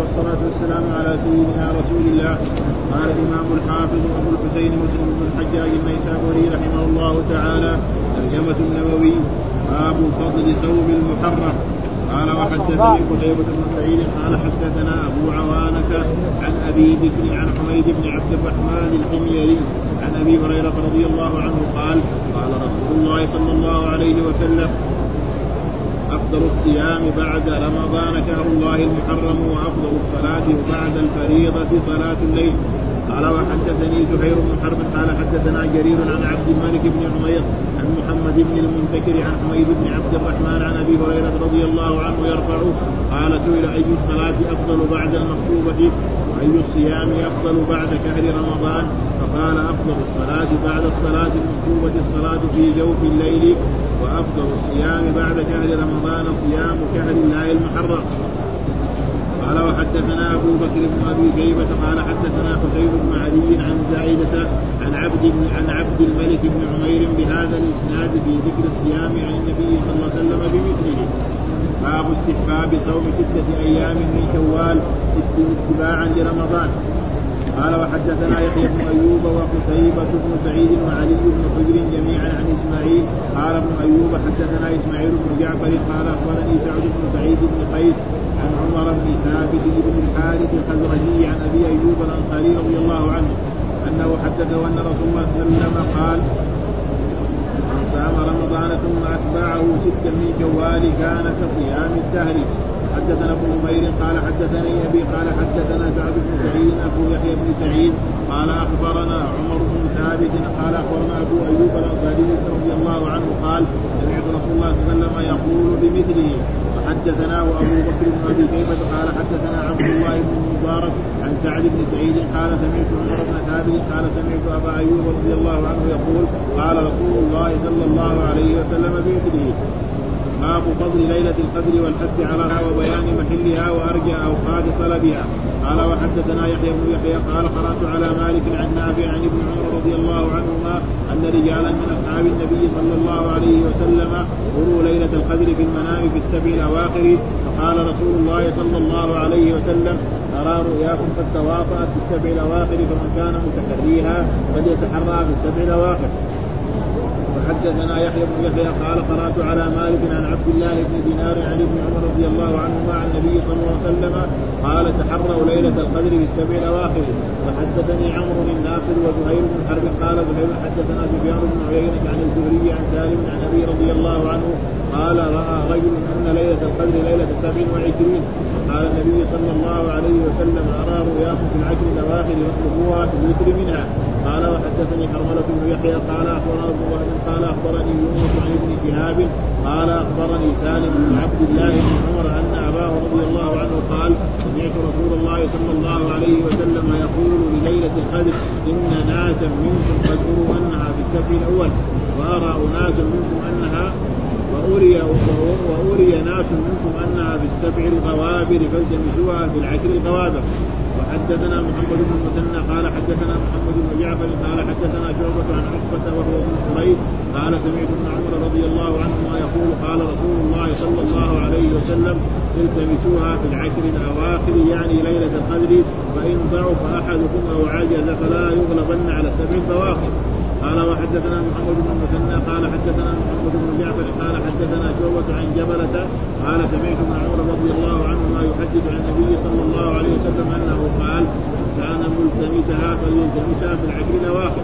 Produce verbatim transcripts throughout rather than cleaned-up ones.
والصلاة والسلام على سيدنا رسول الله. قال الإمام الحافظ أبو الحسين مسلم بن الحجاج النيسابوري رحمه الله تعالى: ترجمة النووي. باب فضل صوم المحرم. قال وحدثني قتيبة بن سعيد قال حدثنا أبو عوانة عن أبي بكر عن حميد بن عبد الرحمن الحميري عن أبي هريرة رضي الله عنه قال: قال رسول الله صلى الله عليه وسلم: أفضل الصيام بعد رمضان شهر الله المحرم، وأفضل الصلاة بعد الفريضة صلاة الليل. قال وحدثني زهير بن حرب قال حدثنا جرير عن عبد الملك بن عمير عن محمد بن المنتكر عن حميد بن عبد الرحمن عن أبي هريرة رضي الله عنه يرفع: قال: سئل أي الصلاة أفضل بعد المكتوبة، وأي الصيام أفضل بعد شهر رمضان؟ فقال: أفضل الصلاة بعد الصلاة المكتوبة الصلاة في جوف الليل، وأفضل الصيام بعد شهر رمضان صيام شهر الله المحرم. قال وحدثنا أبو بكر بن أبي شيبة قال حدثنا حسين بن علي عن زائدة عن عبد عن عبد الملك بن عمير بهذا الإسناد في ذكر الصيام عن النبي صلى الله عليه وسلم بمثله. باب استحباب صوم ستة أيام من شوال اتباعا لرمضان. قال وحدثنا يحيى بن أيوب وقتيبة بن سعيد وعلي بن حجر جميعا عن إسماعيل. قال ابن أيوب حدثنا إسماعيل بن جعفر قال أخبرني سعد بن سعيد بن قيس عن عمر بن ثابت بن الحارث الخزرجي عن أبي أيوب الأنصاري رضي الله عنه أنه حدثه أن رسول الله صلى الله عليه وسلم قال: من صام رمضان ثم أتبعه ستا من شوال كان كصيام الدهر. حدثنا ابن نمير قال حدثني أبي قال حدثنا سعد بن سعيد أبو يحيى بن سعيد قال أخبرنا عمر بن ثابت قال أخبرنا أبو أيوب الأنصاري رضي الله عنه قال: سمعت رسول الله صلى الله عليه وسلم يقول بمثله. حدثنا أبو بكر بن أبي شيبة قال حدثنا عبد الله بن المبارك عن سعد بن سعيد قال سمعت عمر بن ثابت قال سمعت أبا أيوب رضي الله عنه يقول: قال رسول الله صلى الله عليه وسلم بمثله. باب فضل ليلة القدر والحث علىها وبيان محلها وأرجى أوقات طلبها. قال وحدثنا يحيى بن يحيى قال قرأت على مالك عن نافع عن ابن عمر رضي الله عنهما أن رجالا من أصحاب النبي صلى الله عليه وسلم قروا ليلة القدر في المنام في السبع الأواخر، فقال رسول الله صلى الله عليه وسلم: أرى رؤياكم قد تواطأت في السبع الأواخر، فمن كان متحريها فليتحرى في السبع الأواخر. وحدثنا يحيى بن يحيى قال قرأت على مالك عن عبد الله بن دينار عن ابن عمر رضي الله عنهما عن النبي صلى الله عليه وسلم قال: تحروا ليلة القدر في السبع الأواخر. وحدثني عمرو الناصر وزهير بن حرب قال زهير حدثنا سفيان بن عيينة عن الزهري عن سالم عن أبي رضي الله عنه قال: رأى رجل أن ليلة القدر ليلة سبع وعشرين. قال النبي صلى الله عليه وسلم: أرى رؤياكم في العشر الأواخر واطلبوها في الوتر منها. قال وحدثني حرملة بن يحيى قال أخبرنا ابن وهب قال أخبرني يونس عن ابن شهاب قال أخبرني سالم بن عبد الله بن عمر أن أباه رضي الله عنه قال: سمعت رسول الله صلى الله عليه وسلم يقول لليلة القدر: إن ناسا منكم قد أروا أنها في السبع الأول، وأرى أناسا منكم أنها وأري, وأري ناس منكم أنها في السبع الغوابر فالتمسوها في العشر الغوابر. وحدثنا محمد بن المثنى قال حدثنا محمد بن جعفر قال حدثنا شعبة عن عقبة وهو بن حريث قال: سمعت ابن عمر رضي الله عنهما يقول: قال رسول الله صلى الله عليه وسلم: التمسوها في العشر الأواخر، يعني ليلة القدر، فإن ضعف أحدكم أو عجز فلا يغلبن على السبع البواقي. قال وحدثنا محمد بن المثنى قال حدثنا محمد بن جعفر قال حدثنا شعبة عن جبلة قال: سمعت ابن عمر رضي الله عنهما يحدث عن النبي صلى الله عليه وسلم أنه قال: كان ملتمسها فليلتمسها في العشر الأواخر.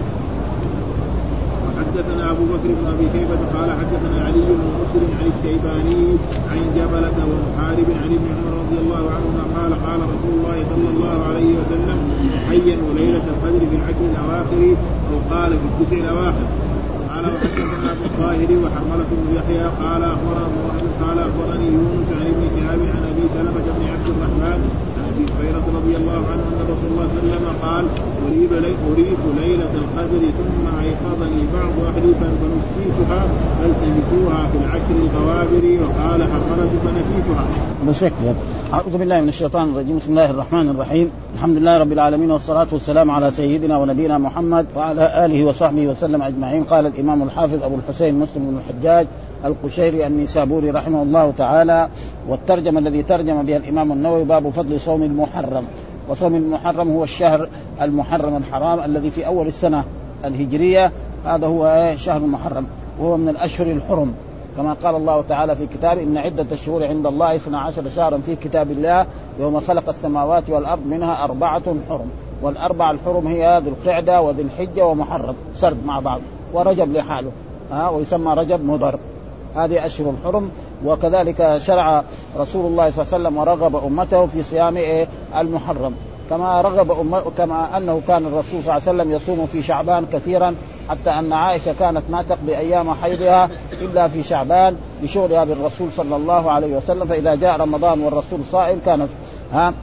حدثنا أبو بكر بن أبي شيبة قال حدثنا علي بن مسلم عن الشيباني عن جبلة ومحارب عن ابن عمر رضي الله عنهما قال: قال رسول الله صلى الله عليه وسلم: عينوا ليلة القدر في العشر الأواخر، أو قال في التسع الأواخر. قال وحدثنا أبو الطاهر وحرملة بن يحيى قال أخبرنا أبو وهب قال أخبرني يونس عن ابن شهاب عن أبي سلمة بن عبد الرحمن عن أبي هريرة رضي الله عنه أن رسول الله صلى الله عليه وسلم قال: أريد ليلة القدر ثم أيقظني بعض أهلي فنسيتها فالتمسوها في العشر الغوابر، وقال حرملة فنسيتها. بشكل أعوذ بالله من الشيطان الرجيم. بسم الله الرحمن الرحيم. الحمد لله رب العالمين، والصلاة والسلام على سيدنا ونبينا محمد وعلى آله وصحبه وسلم أجمعين. قال الإمام الحافظ أبو الحسين مسلم بن الحجاج القشيري النيسابوري رحمه الله تعالى. والترجمة الذي ترجم بها الإمام النووي باب فضل صوم المحرم. وصوم المحرم هو الشهر المحرم الحرام الذي في أول السنة الهجرية، هذا هو شهر المحرم، وهو من الأشهر الحرم كما قال الله تعالى في كتابه: إن عدة الشهور عند الله اثنا عشر شهرا في كتاب الله يوم خلق السماوات والأرض منها أربعة حرم. والأربع الحرم هي ذي القعدة وذي الحجة ومحرم سرد مع بعض، ورجب لحاله ها ويسمى رجب مضر. هذه أشهر الحرم. وكذلك شرع رسول الله صلى الله عليه وسلم ورغب أمته في صيام المحرم، كما رغب أمته كما أنه كان الرسول صلى الله عليه وسلم يصوم في شعبان كثيرا، حتى أن عائشة كانت ما تقضي أيام حيضها إلا في شعبان بشغلها بالرسول صلى الله عليه وسلم، فإذا جاء رمضان والرسول صائم كانت ها.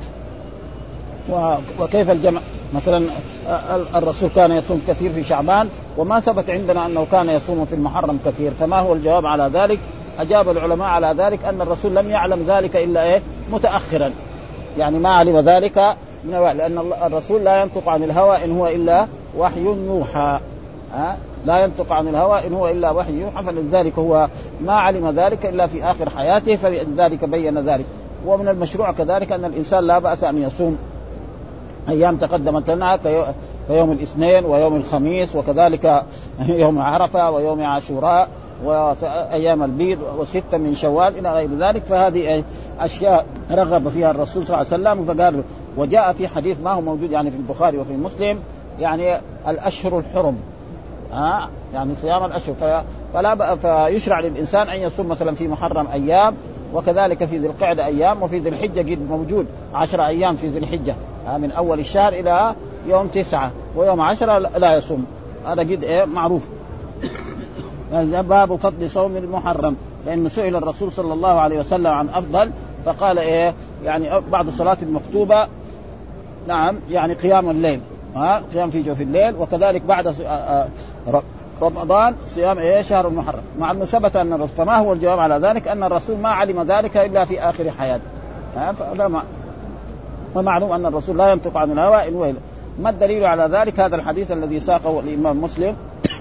وكيف الجمع؟ مثلا الرسول كان يصوم كثير في شعبان، وما ثبت عندنا أنه كان يصوم في المحرم كثير. فما هو الجواب على ذلك؟ أجاب العلماء على ذلك أن الرسول لم يعلم ذلك إلا إيه متأخرا، يعني ما علم ذلك من الوحي، لأن الرسول لا ينطق عن الهوى إن هو إلا وحي يوحى. ها؟ لا ينطق عن الهوى إن هو إلا وحي يوحى، فلذلك هو ما علم ذلك إلا في آخر حياته، فلذلك بين ذلك. ومن المشروع كذلك أن الإنسان لا بأس أن يصوم أيام تقدمت لنا كيوم الاثنين ويوم الخميس، وكذلك يوم عرفة ويوم عاشوراء وأيام البيض وستة من شوال إلى غير ذلك. فهذه أشياء رغب فيها الرسول صلى الله عليه وسلم. فقال وجاء في حديث ما هو موجود يعني في البخاري وفي مسلم، يعني الأشهر الحرم، ها يعني صيام الأشهر، فلا فيشرع للإنسان أن يصوم مثلا في محرم أيام، وكذلك في ذي القعدة أيام، وفي ذي الحجة جد موجود عشر أيام في ذي الحجة من أول الشهر إلى يوم تسعة، ويوم عشرة لا يصوم. هذا جد إيه معروف. باب فضل صوم المحرم، لأنه سئل الرسول صلى الله عليه وسلم عن أفضل، فقال إيه يعني بعد الصلاة المكتوبة، نعم يعني قيام الليل، ها قيام في جوف الليل، وكذلك بعد رمضان صيام إيه شهر المحرم، مع أنه ثبت أن الرسول. فما هو الجواب على ذلك؟ أن الرسول ما علم ذلك إلا في آخر حياته، ها فما ومعلوم أن الرسول لا ينطق عن الهوى إن ويل. ما الدليل على ذلك؟ هذا الحديث الذي ساقه الإمام مسلم.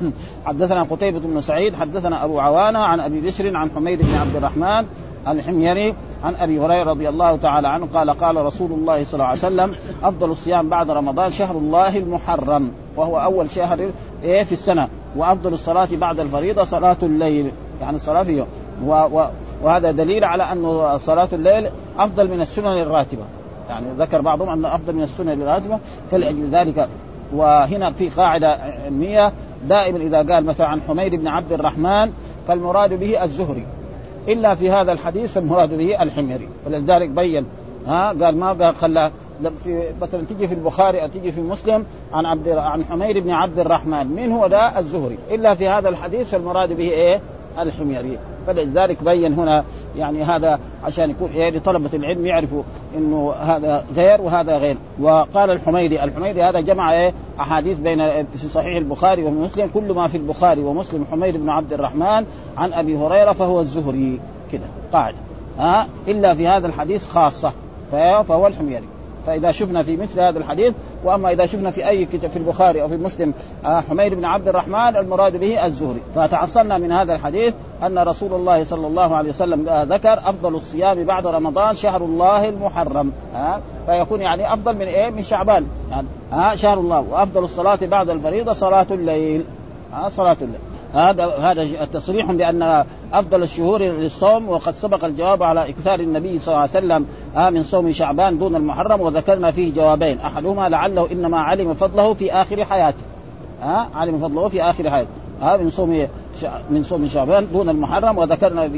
حدثنا قتيبة بن سعيد حدثنا أبو عوانة عن أبي بشر عن حميد بن عبد الرحمن الحميري عن أبي هريرة رضي الله تعالى عنه قال قال رسول الله صلى الله عليه وسلم: أفضل الصيام بعد رمضان شهر الله المحرم، وهو أول شهر إيه في السنة، وأفضل الصلاة بعد الفريضة صلاة الليل، يعني الصلاة فيه. و و وهذا دليل على أن صلاة الليل أفضل من السنن الراتبة، يعني ذكر بعضهم أنه أفضل من السنن الراتبة. فلأجل ذلك وهنا في قاعدة علمية دائما إذا قال مثلا عن حميد بن عبد الرحمن فالمراد به الزهري، إلا في هذا الحديث فالمراد به الحميري، ولذلك بين ها قال ما قال خلى في مثلا تيجي في البخاري أو تيجي في مسلم عن عبد عن حميد بن عبد الرحمن من هو ده الزهري، إلا في هذا الحديث فالمراد به إيه الحميري. فلذلك بين هنا يعني هذا عشان يكون يعني طلبة العلم يعرفوا إنه هذا غير وهذا غير. وقال الحميدي الحميدي هذا جمع إيه أحاديث بين في صحيح البخاري ومسلم، كل ما في البخاري ومسلم حميد بن عبد الرحمن عن أبي هريرة فهو الزهري كده قاعدة، ها إلا في هذا الحديث خاصة فهو الحميري. فإذا شفنا في مثل هذا الحديث، وأما إذا شفنا في أي كتاب في البخاري أو في مسلم حميد بن عبد الرحمن المراد به الزهري. فتحصلنا من هذا الحديث أن رسول الله صلى الله عليه وسلم ذكر أفضل الصيام بعد رمضان شهر الله المحرم، ها فيكون يعني أفضل من إيه من شعبان، يعني ها شهر الله. وأفضل الصلاة بعد الفريضة صلاة الليل، ها صلاة الليل. هذا هذا التصريح بأن أفضل الشهور للصوم، وقد سبق الجواب على إكثار النبي صلى الله عليه وسلم من صوم شعبان دون المحرم، وذكرنا فيه جوابين، أحدهما لعله إنما علم فضله في آخر حياته، ها علم فضله في آخر حياته ها من صوم من صوم شعبان دون المحرم، وذكرنا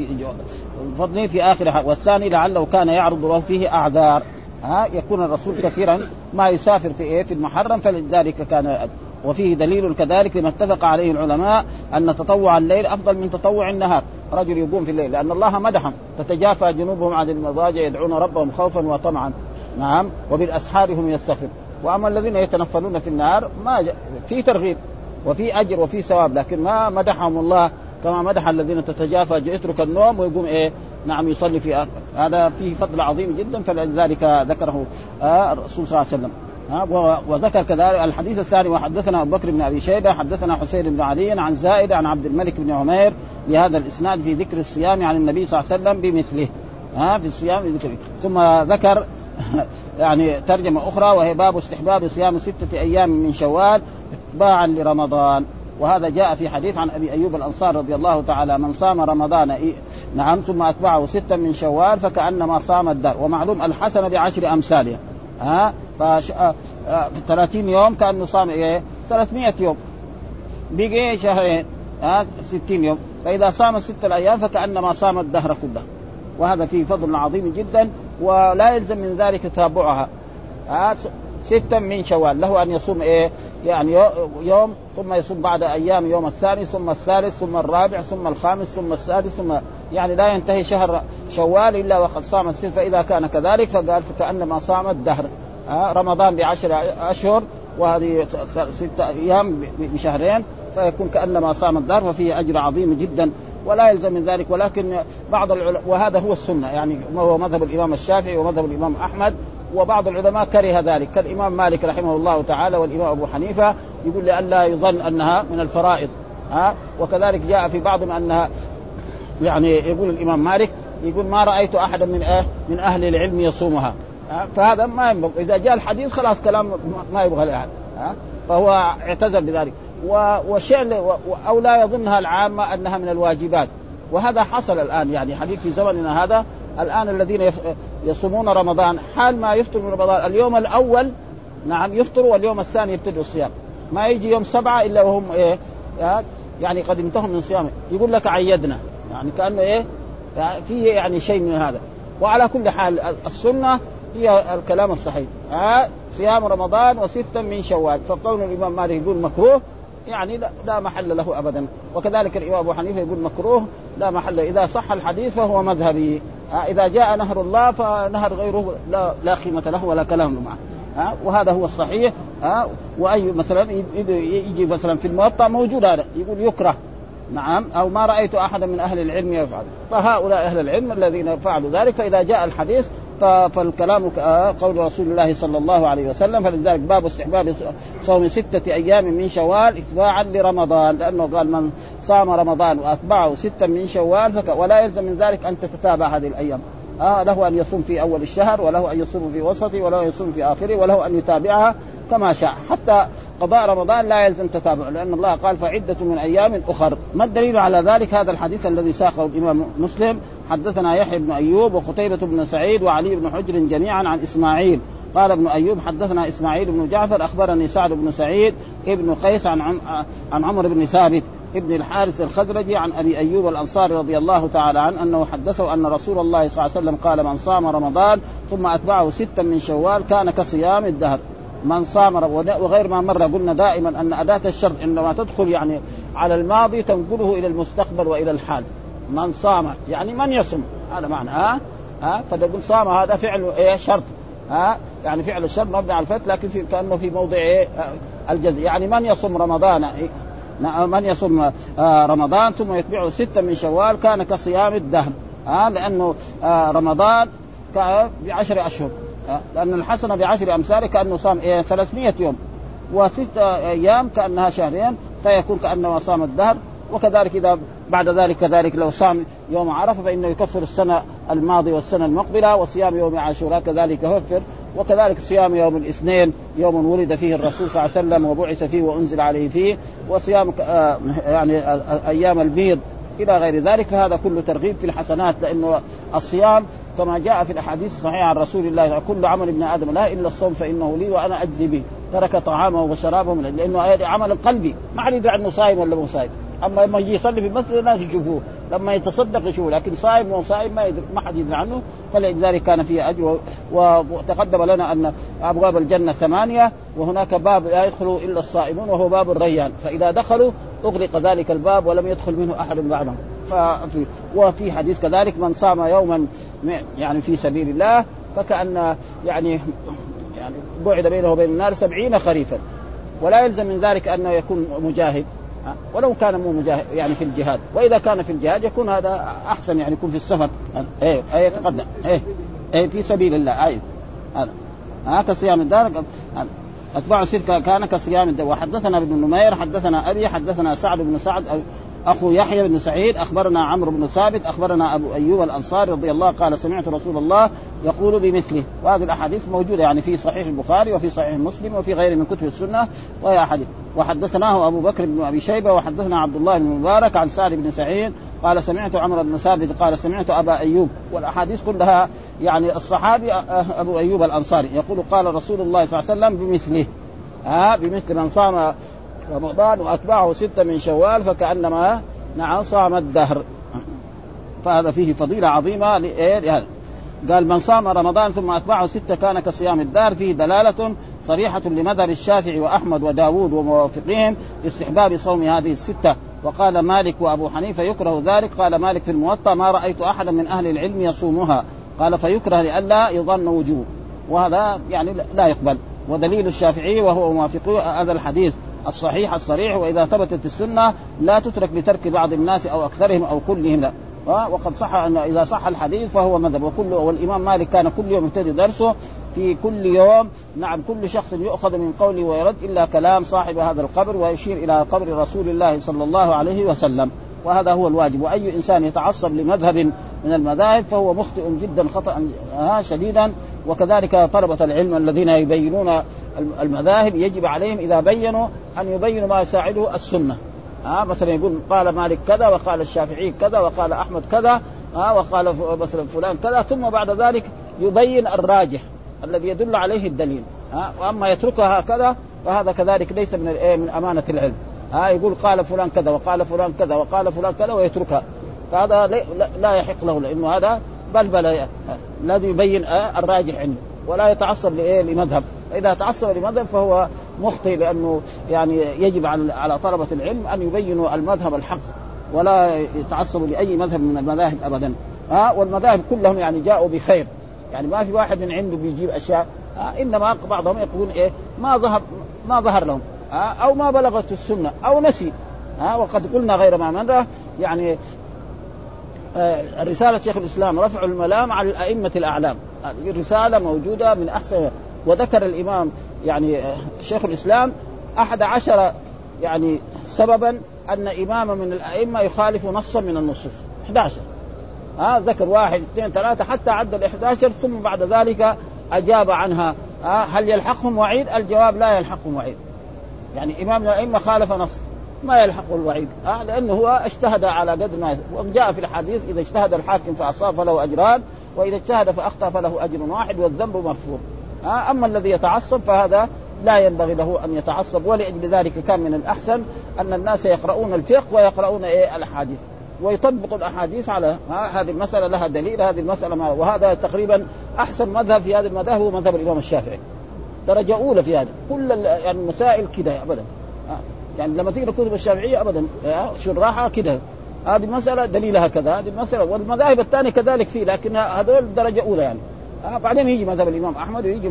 فضله في آخر حياته. والثاني لعله كان يعرض له فيه أعذار، ها يكون الرسول كثيرا ما يسافر في إيه في المحرم، فلذلك كان. وفيه دليل كذلك لما اتفق عليه العلماء أن تطوع الليل أفضل من تطوع النهار، رجل يقوم في الليل، لأن الله مدحهم: تتجافى جنوبهم عن المضاجع يدعون ربهم خوفا وطمعا، نعم وبالأسحار هم يستغفرون. وأما الذين يتنفلون في النهار ما في ترغيب وفي أجر وفي ثواب، لكن ما مدحهم الله كما مدح الذين تتجافى يترك النوم ويقوم إيه نعم يصلي في آخر. هذا فيه فضل عظيم جدا، فلذلك ذكره الرسول صلى الله عليه وسلم. وذكر كذلك الحديث الثاني وحدثنا أبو بكر بن أبي شيبة حدثنا حسين بن علي عن زائد عن عبد الملك بن عمير بهذا الإسناد في ذكر الصيام عن النبي صلى الله عليه وسلم بمثله ها في الصيام ذكره. ثم ذكر يعني ترجمة أخرى وهي باب استحباب صيام ستة أيام من شوال اتباعا لرمضان. وهذا جاء في حديث عن أبي أيوب الأنصار رضي الله تعالى من صام رمضان نعم ثم أتبعه ستة من شوال فكأنما صام الدهر. ومعلوم الحسنة بعشر أمثالها ها فش... في ثلاثين يوم كأنه صام إيه ثلاثمائة يوم بقي شهرين ها ستين يوم. فإذا صام ستة الأيام فكأنما صام الدهر كله. وهذا فيه فضل عظيم جدا ولا يلزم من ذلك تتابعها. ها ستة من شوال له أن يصوم إيه يعني يوم ثم يصوم بعد أيام يوم الثاني ثم الثالث ثم الرابع ثم الخامس ثم السادس ثم يعني لا ينتهي شهر شوال إلا وقد صام الست. فإذا كان كذلك فقال فكأنما صام الدهر. ها رمضان بعشر أشهر وهذه ستة أيام بشهرين فيكون كأنما صام الدهر ففيه أجر عظيم جدا ولا يلزم من ذلك. ولكن بعض العلماء وهذا هو السنة يعني هو مذهب الإمام الشافعي ومذهب الإمام أحمد وبعض العلماء كره ذلك كالإمام مالك رحمه الله تعالى والإمام أبو حنيفة يقول لألا يظن أنها من الفرائض. ها وكذلك جاء في بعضهم أنها يعني يقول الإمام مالك يقول ما رأيت أحدا من أه من أهل العلم يصومها. فهذا ما ينبغي إذا جاء الحديث خلاص كلام ما يبغى الأحد فهو اعتذر بذلك. وشيء أو لا يظنها العامة أنها من الواجبات وهذا حصل الآن يعني حديث في زمننا هذا الآن الذين يصومون رمضان حال ما يفطر من رمضان اليوم الأول نعم يفطروا واليوم الثاني يبتدوا الصيام ما يجي يوم سبعة إلا وهم إيه يعني قد انتهوا من صيامه يقول لك عيدنا يعني كأنه إيه فيه يعني شيء من هذا. وعلى كل حال السنة هي الكلام الصحيح ها صيام رمضان وستة من شوال. فقول الإمام مالك يقول مكروه يعني لا, لا محل له أبدا. وكذلك الإمام أبو حنيفة يقول مكروه لا محل. إذا صح الحديث فهو مذهبي. إذا جاء نهر الله فنهر غيره لا, لا قيمة له ولا كلام معه. ها وهذا هو الصحيح. ها وأي مثلا يجي مثلا في الموطأ موجود هذا يقول يكره نعم أو ما رأيت أحدا من أهل العلم يفعل. فهؤلاء أهل العلم الذين فعلوا ذلك فإذا جاء الحديث فالكلام قول رسول الله صلى الله عليه وسلم. فلذلك باب استحباب صوم ستة أيام من شوال اتباعا لرمضان لأنه قال من صام رمضان وأتبعه ستة من شوال فك ولا يلزم من ذلك أن تتتابع هذه الأيام. آه له أن يصوم في أول الشهر وله أن يصوم في وسطه وله أن يصوم في آخره وله أن يتابعها كما شاء. حتى قضاء رمضان لا يلزم تتابع لأن الله قال فعدة من أيام أخر. ما الدليل على ذلك؟ هذا الحديث الذي ساقه الإمام مسلم حدثنا يحيى بن أيوب وقتيبة بن سعيد وعلي بن حجر جميعا عن إسماعيل قال ابن أيوب حدثنا إسماعيل بن جعفر أخبرني سعد بن سعيد ابن قيس عن عن عمر بن ثابت ابن الحارث الخزرجي عن أبي أيوب الأنصاري رضي الله تعالى عنه أنه حدثه أن رسول الله صلى الله عليه وسلم قال من صام رمضان ثم أتبعه ستا من شوال كان كصيام الدهر. من صام وغير ما مر قلنا دائما أن أداة الشرط عندما تدخل يعني على الماضي تنقله إلى المستقبل وإلى الحال. من صام يعني من يصم هذا معنى ها ها فتقول صام هذا فعل إيه شرط ها يعني فعل الشرط مبني على الفتح لكن في كأنه في موضع إيه الجزء يعني من يصم رمضان إيه من يصم آه رمضان ثم يتبعه ستة من شوال كان كصيام الدهر. ها لأنه آه رمضان بعشر أشهر لأن الحسنة بعشر أمثال كأنه صام إيه ثلاثمائة يوم وستة أيام كأنها شهرين فيكون كأنه صام الدهر. وكذلك إذا بعد ذلك كذلك لو صام يوم عرفة فإنه يكفر السنة الماضية والسنة المقبلة. وصيام يوم عاشوراء كذلك يكفر. وكذلك صيام يوم الاثنين يوم ولد فيه الرسول صلى الله عليه وسلم وبعث فيه وأنزل عليه فيه. وصيام آه يعني أيام البيض إلى غير ذلك. فهذا كله ترغيب في الحسنات لأنه الصيام كما جاء في الأحاديث الصحيحة عن رسول الله كل عمل ابن آدم لا إلا الصوم فإنه لي وأنا أجزي به. ترك طعامه وشرابه من لأنه عمل قلبي ما عليه أنه صائم ولا مو صائم. أما لما يجي يصلي في المسجد الناس يشوفوه لما يتصدق يشوفوه لكن صائم ومو صائم ما يدري ما حد يدري عنه. فلذلك كان فيه أجر. وتقدم لنا أن أبواب الجنة ثمانية وهناك باب لا يدخل إلا الصائمون وهو باب الريان فإذا دخلوا أغلق ذلك الباب ولم يدخل منه أحد بعدهم. ففي وفي حديث كذلك من صام يوما يعني في سبيل الله فكأن يعني يعني بعد بينه وبين النار سبعين خريفا. ولا يلزم من ذلك أنه يكون مجاهد ولو كان مو مجاهد يعني في الجهاد. وإذا كان في الجهاد يكون هذا أحسن يعني يكون في السفر ايه ايه يتقدم ايه ايه في سبيل الله ايه هذا. ها كصيام الدار أتباع ستة كان كصيام الدار. وحدثنا ابن نمير حدثنا أبي حدثنا سعد بن سعد أخو يحيى بن سعيد أخبرنا عمرو بن ثابت أخبرنا أبو أيوب الأنصاري رضي الله قال سمعت رسول الله يقول بمثله. وهذه الأحاديث موجودة يعني في صحيح البخاري وفي صحيح مسلم وفي غيره من كتب السنة وهي أحاديث. وحدثناه أبو بكر بن أبي شيبة وحدثنا عبد الله بن مبارك عن سعد بن سعيد قال سمعت عمرو بن ثابت قال سمعت أبا أيوب. والأحاديث كلها يعني الصحابي أبو أيوب الأنصاري يقول قال رسول الله صلى الله عليه وسلم بمثله ها بمثل من صام رمضان وأتبعه ستة من شوال فكأنما نعم صام الدهر. فهذا فيه فضيلة عظيمة لهذا. قال من صام رمضان ثم أتبعه ستة كان كصيام الدهر. فيه دلالة صريحة لمذهب الشافعي وأحمد وداود وموافقين استحباب صوم هذه الستة. وقال مالك وأبو حنيفة يكره ذلك. قال مالك في الموطأ ما رأيت أحدا من أهل العلم يصومها. قال فيكره لئلا يظن وجوب وهذا يعني لا يقبل. ودليل الشافعي وهو موافق هذا الحديث الصحيح الصريح وإذا ثبتت السنة لا تترك لترك بعض الناس أو أكثرهم أو كلهم لا. وقد صح أن إذا صح الحديث فهو مذهب. وكل والإمام مالك كان كل يوم يبتدي درسه في كل يوم نعم كل شخص يؤخذ من قوله ويرد إلا كلام صاحب هذا القبر ويشير إلى قبر رسول الله صلى الله عليه وسلم. وهذا هو الواجب. وأي إنسان يتعصب لمذهب من المذاهب فهو مخطئ جدا خطأ شديدا. وكذلك طلبة العلم الذين يبينون المذاهب يجب عليهم إذا بينوا أن يبينوا ما يساعده السنة. ها مثلا يقول قال مالك كذا وقال الشافعي كذا وقال أحمد كذا ها وقال مثلا فلان كذا ثم بعد ذلك يبين الراجح الذي يدل عليه الدليل. ها وأما يتركها هكذا فهذا كذلك ليس من من أمانة العلم. ها يقول قال فلان كذا وقال فلان كذا وقال فلان كذا ويتركها فهذا لا يحق له لأنه هذا بلبل الذي يبين الراجح عنده ولا يتعصب لمذهب. إذا تعصب لمذهب فهو مخطئ لأنه يعني يجب على طلبة العلم أن يبينوا المذهب الحق ولا يتعصبوا لأي مذهب من المذاهب أبدا. ها والمذاهب كلهم يعني جاءوا بخير يعني ما في واحد من عنده بيجيب أشياء. إنما بعضهم يقولون إيه ما ظهر ما ظهر لهم أو ما بلغت السنة أو نسي. ها وقد قلنا غير ما مرة يعني رسالة شيخ الإسلام رفع الملام على الأئمة الأعلام هذه رسالة موجودة من أحسن. وذكر الإمام يعني شيخ الإسلام أحد عشر يعني سببا أن إمام من الأئمة يخالف نصا من النصوص أحد عشر. ها ذكر واحد اثنين ثلاثة حتى عد الإحدى عشر ثم بعد ذلك أجاب عنها. ها هل يلحقهم وعيد؟ الجواب لا يلحقهم وعيد. يعني إمام الأئمة خالف نص ما يلحق الوعيد ها لأنه هو اجتهد على قدر ما وجاء في الحديث إذا اجتهد الحاكم فأصاب فله أجران وإذا اجتهد فأخطأ فله أجر واحد والذنب مغفور. أما الذي يتعصب فهذا لا ينبغي له أن يتعصب. ولأجل ذلك كان من الأحسن أن الناس يقرؤون الفقه ويقرؤون إيه الأحاديث ويطبقوا الأحاديث على هذه المسألة لها دليل هذه المسألة ما. وهذا تقريبا أحسن مذهب في هذه المذاهب هو مذهب الإمام الشافعي درجة أولى في هذا كل يعني المسائل كده أبدا. يعني لما تقرأ كتب الشافعية أبدا شرحها كده هذه المسألة دليلها كذا هذه المسألة. والمذاهب الثانية كذلك فيه لكن هذول درجة أولى يعني. آه بعدين يجي مذهب الإمام أحمد ويجي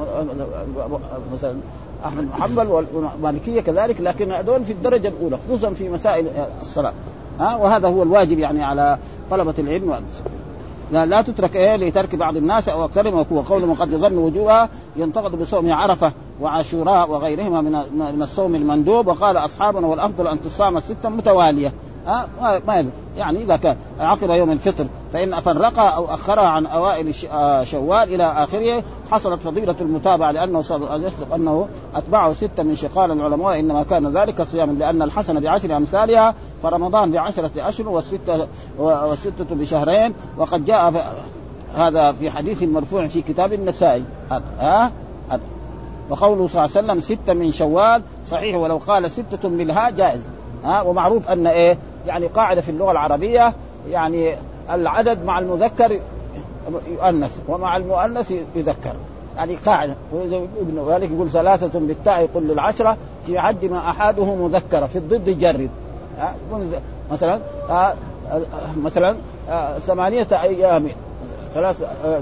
مثلا أحمد محمد والمالكية كذلك لكن هذول في الدرجة الأولى خصوصا في مسائل الصلاة. آه وهذا هو الواجب يعني على طلبة العلم لا, لا تترك إيه لترك بعض الناس أو أكثرهم. وهو قول من قد يظن وجوبها ينتقد بصوم عرفة وعاشوراء وغيرهما من من الصوم المندوب. وقال أصحابنا والأفضل أن تصام ستة متوالية. آه ما يزل يعني إذا كان عقب يوم الفطر فإن فرقها أو أخرها عن أوائل شوال إلى آخره حصلت فضيلة المتابعة لأنه يصدق أنه أتبعه ستة من شقال العلماء إنما كان ذلك صياما لأن الحسنة بعشر أمثالها فرمضان بعشرة أشهر والستة والستة بشهرين. وقد جاء هذا في حديث مرفوع في كتاب النسائي. ها آه وقوله صلى الله عليه وسلم ستة من شوال صحيح ولو قال ستة منها جائز. ها ومعروف أن إيه يعني قاعدة في اللغة العربية يعني العدد مع المذكر يؤنث ومع المؤنث يذكر يعني قاعدة. ولذلك يقول ثلاثة بالتاء يقول للعشرة في عد ما أحاده مذكرة في الضد جرد. مثلا مثلا ثمانية أيام ثلاث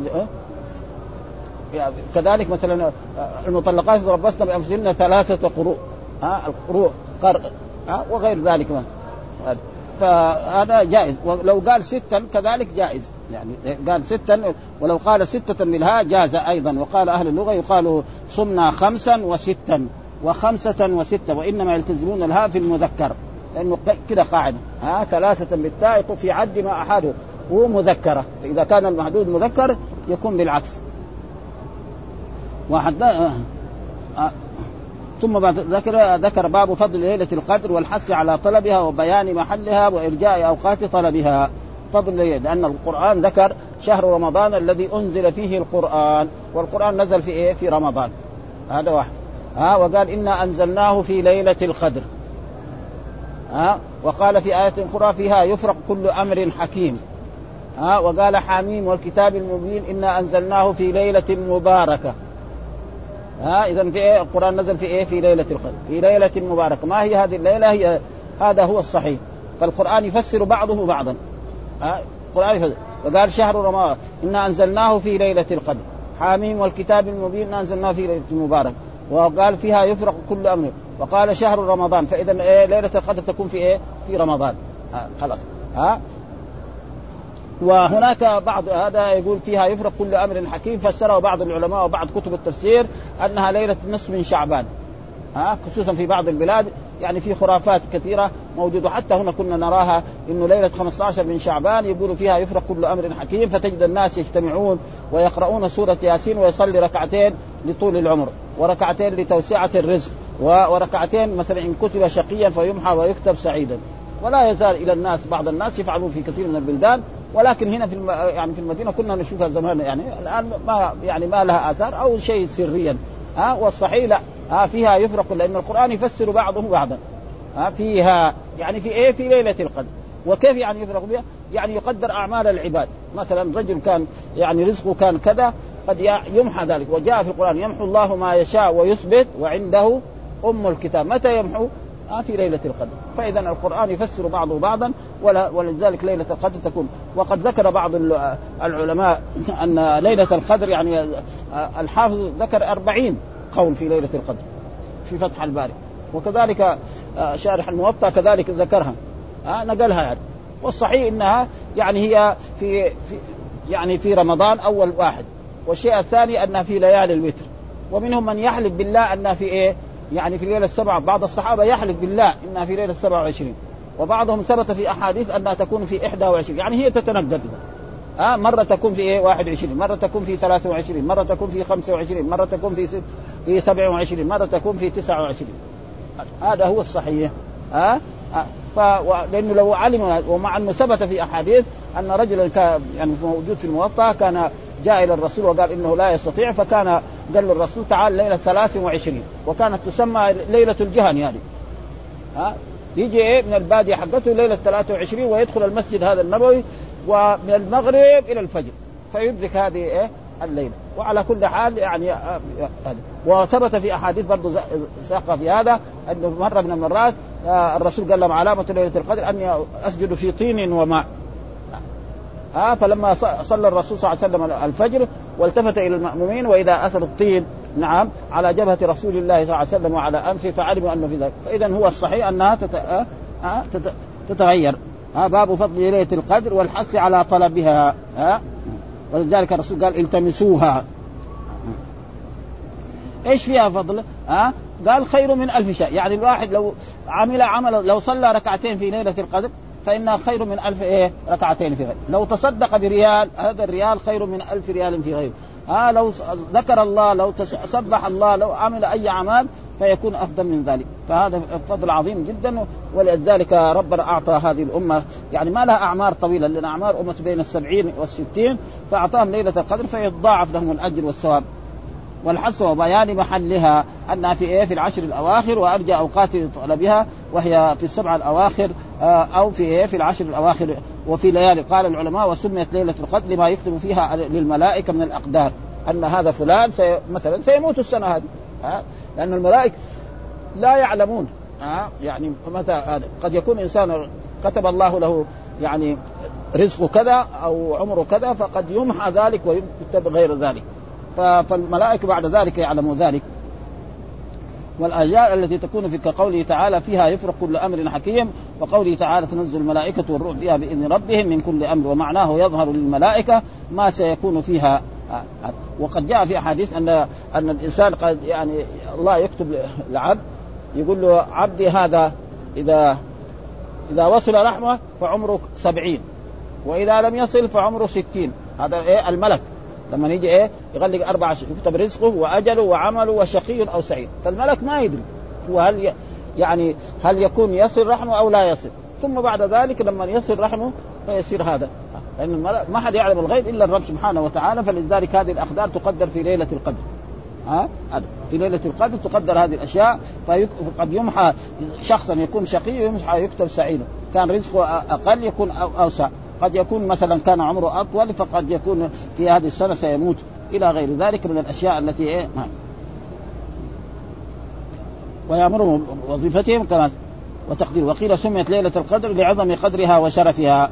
كذلك مثلا المطلقات يتربصن بأنفسهن ثلاثة قروء. ها القروء قرء وغير ذلك ما. فهذا جائز. ولو قال ستا كذلك جائز يعني قال ستا، ولو قال ستة بالهاء جاز أيضا. وقال أهل اللغة يقال صمنا خمسا وستا وخمسة وستة، وإنما يلتزمون الهاء في المذكر لأنه كده قاعدة ها ثلاثة بالتاء في عد ما أحده هو مذكرة، فإذا كان المحدود مذكر يكون بالعكس. واحد آه. آه. ثم بعد ذكر ذكر باب فضل ليلة القدر والحث على طلبها وبيان محلها وإرجاء أوقات طلبها. فضل ليلة لأن القرآن ذكر شهر رمضان الذي أنزل فيه القرآن، والقرآن نزل في إيه؟ في رمضان، هذا واحد. ها وقال إنا أنزلناه في ليلة القدر. ها وقال في آية أخرى فيها يفرق كل أمر حكيم. ها وقال حميم والكتاب المبين إنا أنزلناه في ليلة مباركة. ها إذن في إيه؟ القرآن نزل في إيه؟ في ليلة القدر، في ليلة مباركة. ما هي هذه الليلة؟ هي هذا هو الصحيح. فالقرآن يفسر بعضه بعضا. ها القرآن يفسر. وقال شهر رمضان إنا أنزلناه في ليلة القدر، حميم والكتاب المبين إنا أنزلناه في ليلة مباركة، وقال فيها يفرق كل أمر. وقال شهر رمضان، فإذا إيه؟ ليلة القدر تكون في إيه؟ في رمضان. ها خلاص. ها وهناك بعض هذا يقول فيها يفرق كل أمر حكيم، فسره بعض العلماء وبعض كتب التفسير أنها ليلة نصف من شعبان. ها خصوصا في بعض البلاد يعني في خرافات كثيرة موجودة، حتى هنا كنا نراها إنه ليلة خمسة عشر من شعبان يقولوا فيها يفرق كل أمر حكيم، فتجد الناس يجتمعون ويقرؤون سورة ياسين ويصلي ركعتين لطول العمر وركعتين لتوسعة الرزق وركعتين مثلا إن كتب شقيا فيمحى ويكتب سعيدا. ولا يزال إلى الناس بعض الناس يفعلون في كثير من البلدان، ولكن هنا في الم... يعني في المدينة كنا نشوفها زمان، يعني الآن ما يعني ما لها آثار أو شيء سريا. ها والصحيح لا، ها فيها يفرق لأن القرآن يفسر بعضه بعضا. ها فيها يعني في إيه؟ في ليلة القدر. وكيف يعني يفرق بها؟ يعني يقدر أعمال العباد. مثلا رجل كان يعني رزقه كان كذا قد يمحى ذلك، وجاء في القرآن يمحو الله ما يشاء ويثبت وعنده أم الكتاب. متى يمحو؟ آه في ليلة القدر. فإذا القرآن يفسر بعضه بعضا، ولذلك ليلة القدر تكون. وقد ذكر بعض العلماء أن ليلة القدر يعني الحافظ ذكر أربعين قول في ليلة القدر في فتح الباري، وكذلك شارح الموطأ كذلك ذكرها، آه نقلها يعني. والصحيح إنها يعني هي في, في يعني في رمضان أول واحد. والشيء الثاني أنها في ليالي الوتر. ومنهم من يحلف بالله أنها في إيه؟ يعني في ليلة السبعة. بعض الصحابة يحلف بالله إنها في ليلة السبعة وعشرين، وبعضهم ثبت في أحاديث أنها تكون في إحدى وعشرين، يعني هي تتنقل. ها مرة تكون في إيه؟ واحد وعشرين، مرة تكون في ثلاثة وعشرين، مرة تكون في خمسة وعشرين، مرة تكون في في سبعة وعشرين، مرة تكون في تسعة وعشرين. هذا هو الصحيح. ها ف لأنه لو علم، ومع أنه ثبت في أحاديث أن رجلا كان يعني موجود في الموطأ كان جاء إلى الرسول وقال إنه لا يستطيع، فكان قال له الرسول تعال ليلة ثلاثة وعشرين، وكانت تسمى ليلة الجهن يعني. ها يجي إيه من البادية حقته ليلة ثلاثة وعشرين ويدخل المسجد هذا النبوي ومن المغرب إلى الفجر فيدرك هذه إيه الليلة. وعلى كل حال يعني آه وثبت في أحاديث برضو ساقة في هذا أنه مرة من المرات آه الرسول قال لهم علامة ليلة القدر أني أسجد في طين وماء. ها فلما صلى الرسول صلى الله عليه وسلم الفجر والتفت إلى المأمومين وإذا أثر الطين نعم على جبهة رسول الله صلى الله عليه وسلم وعلى أنفه فعلموا أنه في ذلك. فإذا هو الصحيح أنها تتغير. ها باب فضل ليلة القدر والحث على طلبها. ها ولذلك الرسول قال التمسوها. إيش فيها فضل؟ ها قال خير من ألف شيء. يعني الواحد لو عمل عمل لو صلى ركعتين في ليلة القدر فإنها خير من ألف إيه ركعتين في غيره. لو تصدق بريال هذا الريال خير من ألف ريال في غيره. ها لو ذكر الله، لو سبح الله، لو عمل أي عمل فيكون أفضل من ذلك. فهذا فضل عظيم جدا. ولذلك ربنا أعطى هذه الأمة يعني ما لها أعمار طويلة، لأن أعمار أمة بين السبعين والستين، فأعطاهم ليلة القدر فيضاعف لهم الأجر والثواب. والحث وبيان محلها أنها في إيه في العشر الأواخر وأرجى أوقات طلبها، وهي في السبع الأواخر أو في إيه في العشر الأواخر وفي ليالي. قال العلماء وسميت ليلة القدر لما يكتب فيها للملائكة من الأقدار أن هذا فلان سي مثلا سيموت السنة هذه. لأن الملائكة لا يعلمون يعني متى هذا. قد يكون إنسان كتب الله له يعني رزقه كذا أو عمره كذا، فقد يمحى ذلك ويكتب غير ذلك، فالملائكة بعد ذلك يعلموا ذلك. والآجال التي تكون في كقوله تعالى فيها يفرق كل أمر حكيم، وقوله تعالى تنزل الملائكة والروح فيها بإذن ربهم من كل أمر، ومعناه يظهر للملائكة ما سيكون فيها. وقد جاء في أحاديث أن أن الإنسان قد يعني الله يكتب العبد يقول له عبدي هذا إذا إذا وصل رحمه فعمره سبعين، وإذا لم يصل فعمره ستين. هذا إيه الملك لما يجي إيه يغلق أربعة يكتب رزقه وأجله وعمله وشقي أو سعيد، فالملك ما يدري هو هل يعني هل يكون يصل رحمه أو لا يصل، ثم بعد ذلك لما يصل رحمه فيصير هذا، لأن ما حد يعلم الغيب إلا الرب سبحانه وتعالى. فلذلك هذه الأقدار تقدر في ليلة القدر. ها في ليلة القدر تقدر هذه الأشياء، فقد يمحى شخصا يكون شقي ويمحى يكتب سعيد، كان رزقه أقل يكون أوسع، قد يكون مثلا كان عمره أطول فقد يكون في هذه السنة سيموت إلى غير ذلك من الأشياء التي إيه ما. ويأمرهم وظيفتهم كما وتقدير. وقيل سميت ليلة القدر لعظم قدرها وشرفها،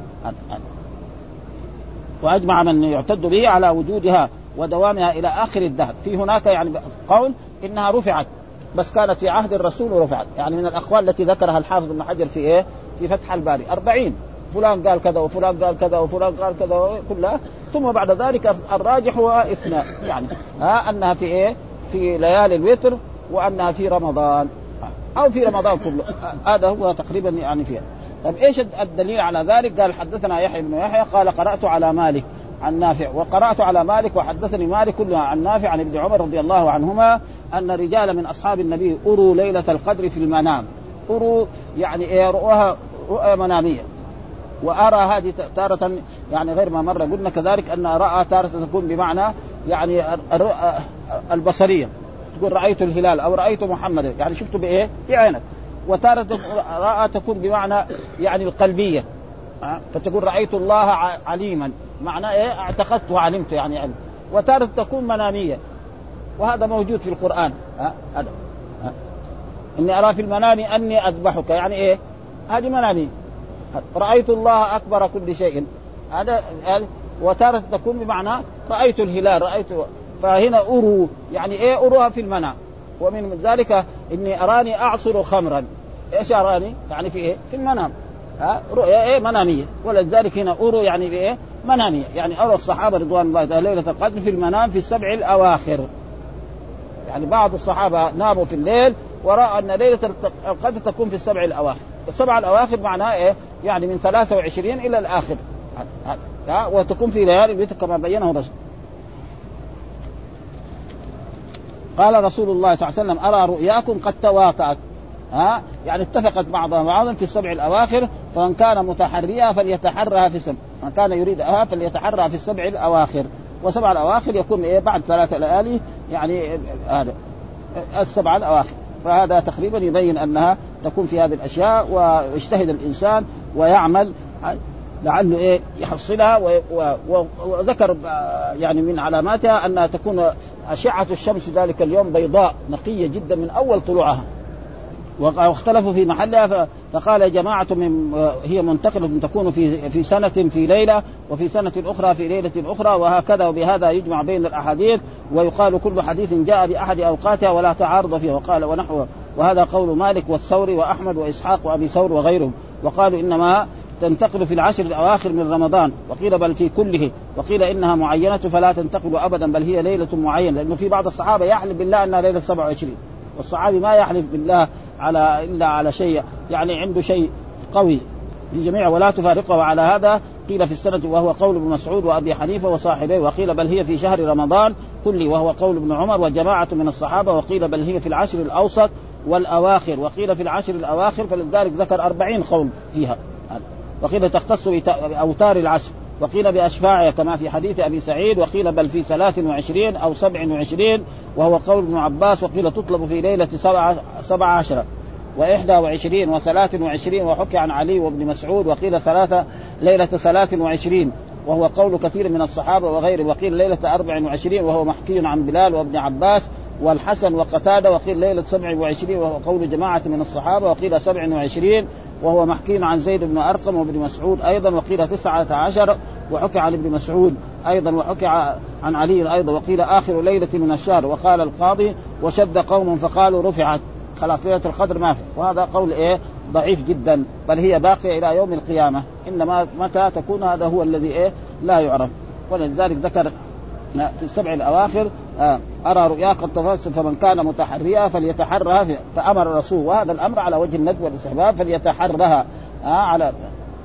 وأجمع من يعتد به على وجودها ودوامها إلى آخر الدهر. في هناك يعني قول إنها رفعت بس كانت في عهد الرسول ورفعت، يعني من الأقوال التي ذكرها الحافظ ابن حجر في إيه في فتح الباري أربعين، فلان قال كذا وفلان قال كذا وفلان قال كذا كلها، ثم بعد ذلك الراجح هو إثناء، يعني ها أنها في إيه في ليالي الوتر، وأنها في رمضان أو في رمضان كله، هذا هو تقريبا يعني فيها. طيب إيش الدليل على ذلك؟ قال حدثنا يحيى بن يحيى قال قرأت على مالك عن نافع، وقرأت على مالك وحدثني مالك كلها عن نافع عن ابن عمر رضي الله عنهما أن رجال من أصحاب النبي أروا ليلة القدر في المنام. أروا يعني إيه رؤها رؤى منامية، وأرى هذه تارة يعني غير ما مرة قلنا كذلك أن رأى تارة تكون بمعنى يعني البصرية، تقول رأيت الهلال أو رأيت محمد يعني شفته بإيه بعينك، وتارة رأى تكون بمعنى يعني القلبية، فتقول رأيت الله عليما معنى إيه اعتقدت وعلمت يعني علم، وتارة تكون منامية، وهذا موجود في القرآن. ها هذا إني أرى في المنام أني أذبحك يعني إيه هذه منامية. رأيت الله أكبر كل شيء هذا، وتارة تكون بمعنى رأيت الهلال رأيت، فهنا أروا يعني إيه أروها في المنام. ومن ذلك إني أراني أعصر خمرا، إيش أراني يعني في إيه في المنام، ها رؤيا إيه منامية، ولذلك هنا أروا يعني في إيه منامية، يعني أرى الصحابة رضوان الله تعالى ليلة القدر في المنام في السبع الأواخر، يعني بعض الصحابة ناموا في الليل ورأى أن ليلة القدر تكون في السبع الأواخر. السبع الأواخر معناه إيه يعني من ثلاثة وعشرين إلى الآخر، ها وتكون في ليالي الوتر كما بينه الرسول. قال رسول الله صلى الله عليه وسلم أرى رؤياكم قد تواطأت، ها يعني اتفقت بعضها بعضا في السبع الأواخر، فمن كان متحريها فليتحرها في السبع، من كان يريدها فليتحرها في السبع الأواخر. وسبع الأواخر يكون إيه بعد ثلاثة ليالي يعني هذا السبع الأواخر، فهذا تقريبا يبين أنها تكون في هذه الأشياء، ويجتهد الإنسان ويعمل لعله إيه يحصلها. وذكر يعني من علاماتها أنها تكون أشعة الشمس ذلك اليوم بيضاء نقية جدا من أول طلوعها، واختلفوا في محلها، فقال جماعة من هي منتقلة تكون في في سنة في ليلة، وفي سنة أخرى في ليلة أخرى، وهكذا. وبهذا يجمع بين الأحاديث، ويقال كل حديث جاء بأحد أوقاتها ولا تعارض فيها. وقال ونحوه، وهذا قول مالك والثوري وأحمد وإسحاق وأبي ثور وغيرهم، وقالوا إنما تنتقل في العشر الأواخر من رمضان، وقيل بل في كله، وقيل إنها معينة فلا تنتقل أبدا بل هي ليلة معينة، لأنه في بعض الصحابة يحلف بالله أنها ليلة سبعة وعشرين، والصحابي ما يحلف بالله على إلا على شيء يعني عنده شيء قوي في جميع ولا تفارقه. وعلى هذا قيل في السنة، وهو قول ابن مسعود وأبي حنيفة وصاحبيه، وقيل بل هي في شهر رمضان كله، وهو قول ابن عمر وجماعة من الصحابة، وقيل بل هي في العشر الأوسط والأواخر، وقيل في العشر الأواخر، فلذلك ذكر أربعين قول فيها. وقيل تختص بأوتار العشر، وقيل بأشفاعها كما في حديث أبي سعيد، وقيل بل في ثلاث وعشرين أو سبع وعشرين، وهو قول ابن عباس، وقيل تطلب في ليلة سبع, سبع عشرة وإحدى وعشرين وثلاث وعشرين، وحكي عن علي وابن مسعود، وقيل ثلاثة ليلة ثلاث وعشرين وهو قول كثير من الصحابة وغيره، وقيل ليلة أربع وعشرين وهو محكي عن بلال وابن عباس والحسن وقتادة، وقيل ليلة سبع وعشرين وهو قول جماعة من الصحابة، وقيل سبع وعشرين وهو محكي عن زيد بن أرقم وابن مسعود أيضا، وقيل تسعة عشر وحكي عن ابن مسعود أيضا، وحكي عن علي أيضا، وقيل آخر ليلة من الشهر. وقال القاضي وشد قوم فقالوا رفعت، خلاص ليلة القدر ما في، وهذا قول إيه ضعيف جدا، بل هي باقية إلى يوم القيامة، إنما متى تكون هذا هو الذي إيه لا يعرف. ولذلك ذكر في السبع الأواخر آه أرى رؤيا قد تفسد فمن كان متحريا فليتحرها، فأمر الرسول، وهذا الأمر على وجه الندب والاستحباب، فليتحرها آه على.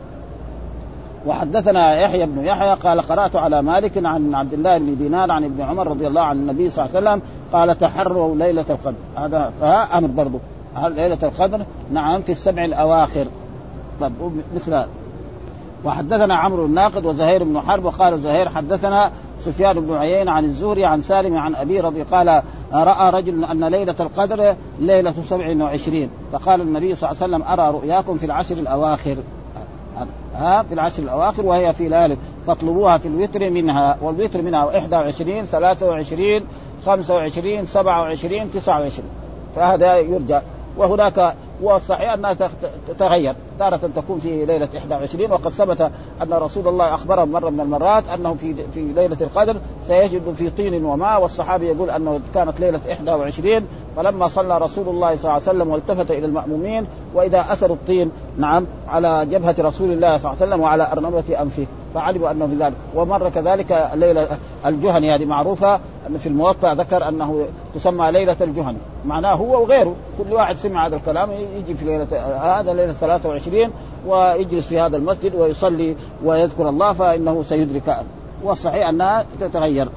وحدثنا يحيى بن يحيى قال قرأت على مالك عن عبد الله بن دينار عن ابن عمر رضي الله عن النبي صلى الله عليه وسلم قال تحروا ليلة القدر، هذا أمر برضو ليلة القدر نعم في السبع الأواخر مثل. وحدثنا عمرو الناقد وزهير بن حرب وقال زهير حدثنا سفيان بن عيينة عن الزهري عن سالم عن أبي رضي قال رأى رجل أن ليلة القدر ليلة سبع وعشرين، فقال النبي صلى الله عليه وسلم أرى رؤياكم في العشر الأواخر، ها في العشر الأواخر وهي في ليالي فاطلبوها في الوتر منها، والوتر منها واحدى وعشرين ثلاثة وعشرين خمسة وعشرين سبعة وعشرين تسعة وعشرين، فهذا يرجع. وهناك والصحيح أنها تتغير، تارة تكون في ليلة إحدى وعشرين، وقد ثبت أن رسول الله أخبره مرة من المرات أنه في في ليلة القدر سيجد في طين وماء، والصحابي يقول أنه كانت ليلة إحدى وعشرين، فلما صلى رسول الله صلى الله عليه وسلم والتفت إلى المأمومين وإذا أثر الطين نعم على جبهة رسول الله صلى الله عليه وسلم وعلى أرنبة أنفه فعلموا أنه في ذلك. ومر كذلك الليلة الجهني هذه معروفة في الموطأ، ذكر أنه تسمى ليلة الجهني، معناه هو وغيره كل واحد سمع هذا الكلام يجي في ليلة هذا ليلة ثلاثة وعشرين ويجلس في هذا المسجد ويصلي ويذكر الله فإنه سيدرك. والصحيح أنها تتغير.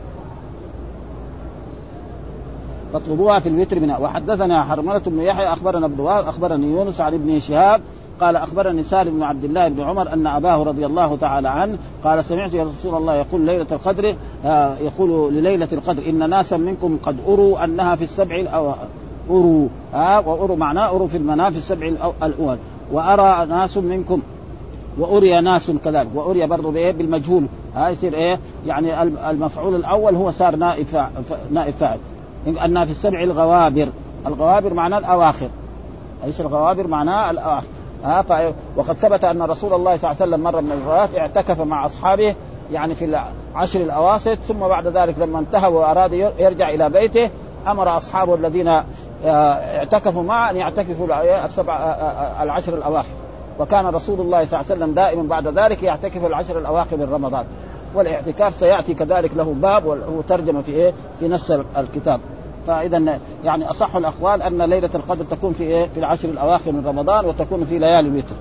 فاطلبوها في الوتر منها. وحدثنا حرملة بن يحيى أخبرنا ابن وهب أخبرني يونس عن ابن شهاب قال أخبرني سالم بن عبد الله بن عمر أن أباه رضي الله تعالى عنه قال سمعت يا رسول الله يقول ليلة القدر آه يقول لليلة القدر إن ناسا منكم قد أروا أنها في السبع الأواخر، أروا آه وأروا معناه أروا في المنام في السبع الأول، وأرى ناس منكم وأري ناس كذلك، وأري برضو بإيه بالمجهول ها آه يصير إيه يعني المفعول الأول هو صار نائب فاعل, نائب فاعل. أنها في السبع الغوابر، الغوابر معناه الأواخر، أيش الغوابر معناه الأواخر آه وقد ثبت أن رسول الله صلى الله عليه وسلم مرة من المرات اعتكف مع أصحابه يعني في العشر الأواسط، ثم بعد ذلك لما انتهى وأراد يرجع إلى بيته أمر أصحابه الذين اعتكفوا معه أن يعتكفوا السبع العشر الأواخر، وكان رسول الله صلى الله عليه وسلم دائما بعد ذلك يعتكف العشر الأواخر من رمضان. والاعتكاف سيأتي كذلك له باب وهو ترجمة في إيه في نص الكتاب. فإذا يعني أصح الأقوال أن ليلة القدر تكون في إيه في العشر الأواخر من رمضان وتكون في ليالي الوتر.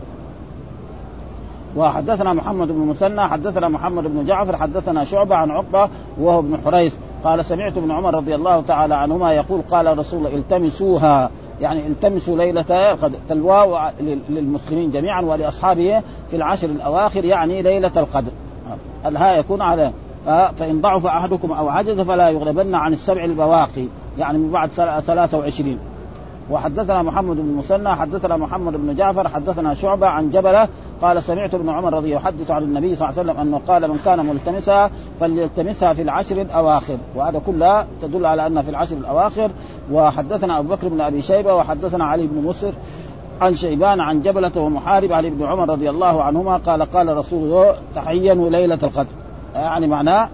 وحدثنا محمد بن مثنى حدثنا محمد بن جعفر حدثنا شعبة عن عقبة وهو ابن حريث قال سمعت ابن عمر رضي الله تعالى عنهما يقول قال رسول الله التمسوها، يعني التمسوا ليلة القدر، فالواو للمسلمين جميعا ولأصحابه في العشر الأواخر يعني ليلة القدر، الها يكون على فإن ضعف أحدكم أو عجز فلا يغلبن عن السبع البواقي يعني من بعد ثلاثة وعشرين. وحدثنا محمد بن مسنى حدثنا محمد بن جعفر حدثنا شعبة عن جبلة قال سمعت ابن عمر رضي الله يحدث عن النبي صلى الله عليه وسلم أنه قال من كان ملتمسها فليلتمسها في العشر الأواخر، وهذا كلها تدل على أن في العشر الأواخر. وحدثنا أبو بكر بن أبي شيبة وحدثنا علي بن مسر عن شيبان عن جبلة ومحارب عن ابن عمر رضي الله عنهما قال قال رسول الله تحينوا ليلة القدر، يعني معناه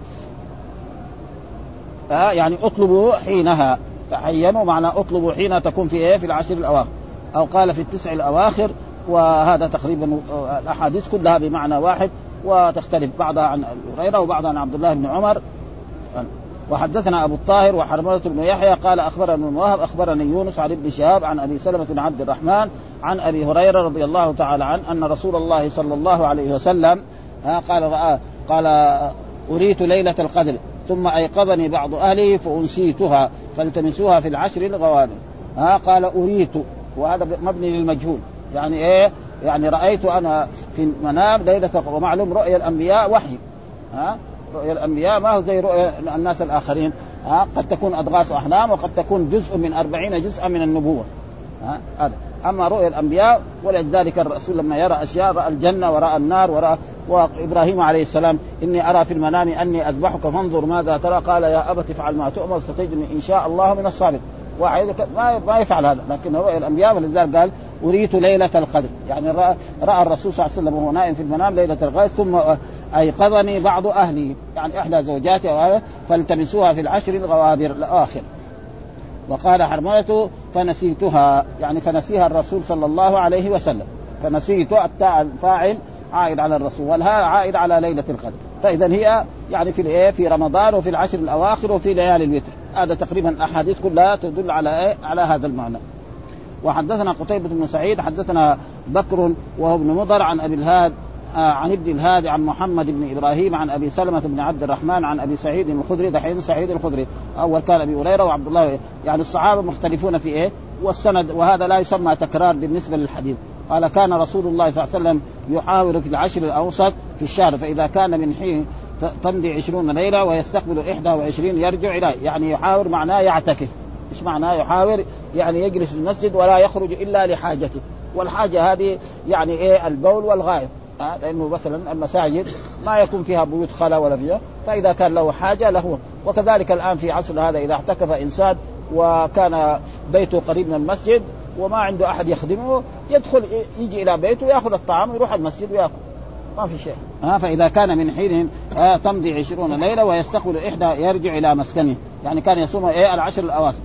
آه يعني اطلبوا حينها، تحينوا معنى اطلبوا حين تكون في ايه في العشر الاواخر، او قال في التسع الاواخر، وهذا تقريبا الاحاديث كلها بمعنى واحد وتختلف بعضها عن هريرة وبعضها عن عبد الله بن عمر. وحدثنا ابو الطاهر وحرملة بن يحيى قال اخبرنا ابن وهب اخبرني يونس عن ابن شهاب عن ابي سلمة بن عبد الرحمن عن ابي هريرة رضي الله تعالى عنه ان رسول الله صلى الله عليه وسلم قال رأى قال أريت ليلة القدر ثم أيقظني بعض أهلي فأنسيتها فالتمسوها في العشر الغوابر. ها قال أريت، وهذا مبني للمجهول، يعني إيه يعني رأيت أنا في المنام ليلة، ومعلوم رؤيا الأنبياء وحي، ها رؤيا الأنبياء ما هو زي رؤيا الناس الآخرين، ها قد تكون أضغاث أحلام وقد تكون جزء من أربعين جزءا من النبوة، ها هذا. أما رؤيا الأنبياء ولذلك الرسول لما يرى أشياء رأى الجنة ورأى النار ورأى، وإبراهيم عليه السلام إني أرى في المنام أني أذبحك فانظر ماذا ترى قال يا أبت افعل ما تؤمر ستجدني إن شاء الله من الصابرين، واحد ما ما يفعل هذا، لكن رؤيا الأنبياء ولذلك قال أريت ليلة القدر، يعني رأى, رأى الرسول صلى الله عليه وسلم وهو نائم في المنام ليلة القدر ثم أيقظني بعض أهلي يعني إحدى زوجاتي فالتمسوها في العشر الغوابر الآخر. وقال حرملة فنسيتها، يعني فنسيها الرسول صلى الله عليه وسلم. فنسيت التاء الفاعل عائد على الرسول والها عائد على ليلة القدر. فإذا هي يعني في الايه في رمضان وفي العشر الأواخر وفي ليالي الوتر. هذا تقريبا أحاديث كلها تدل على إيه على هذا المعنى. وحدثنا قتيبة بن سعيد حدثنا بكر وهو ابن مضر عن أبي الهاد عن ابن الهادي عن محمد بن إبراهيم عن أبي سلمة بن عبد الرحمن عن أبي سعيد الخدري. دحين سعيد الخدري أول كان أبي هريرة وعبد الله، يعني الصحابة مختلفون في إيه والسند، وهذا لا يسمى تكرار بالنسبة للحديث. قال كان رسول الله صلى الله عليه وسلم يحاور في العشر الأوسط في الشهر، فإذا كان من حين تمضي عشرون ليلة ويستقبل إحدى وعشرين يرجع إليه. يعني يحاور معناه يعتكف. إيش معناه يحاور؟ يعني يجلس في المسجد ولا يخرج إلا لحاجته، والحاجة هذه يعني إيه البول والغائط، آه لأنه مثلا المساجد ما يكون فيها بيوت خلا ولا فيها، فإذا كان له حاجة له. وكذلك الآن في عصر هذا إذا اعتكف إنسان وكان بيته قريب من المسجد وما عنده أحد يخدمه، يدخل يجي إلى بيته يأخذ الطعام ويروح المسجد ويأكل، ما في شيء. ها فإذا كان من حين آه تمضي عشرون ليلة ويستقبل إحدى يرجع إلى مسكنه، يعني كان يصوم إيه العشر الأواخر.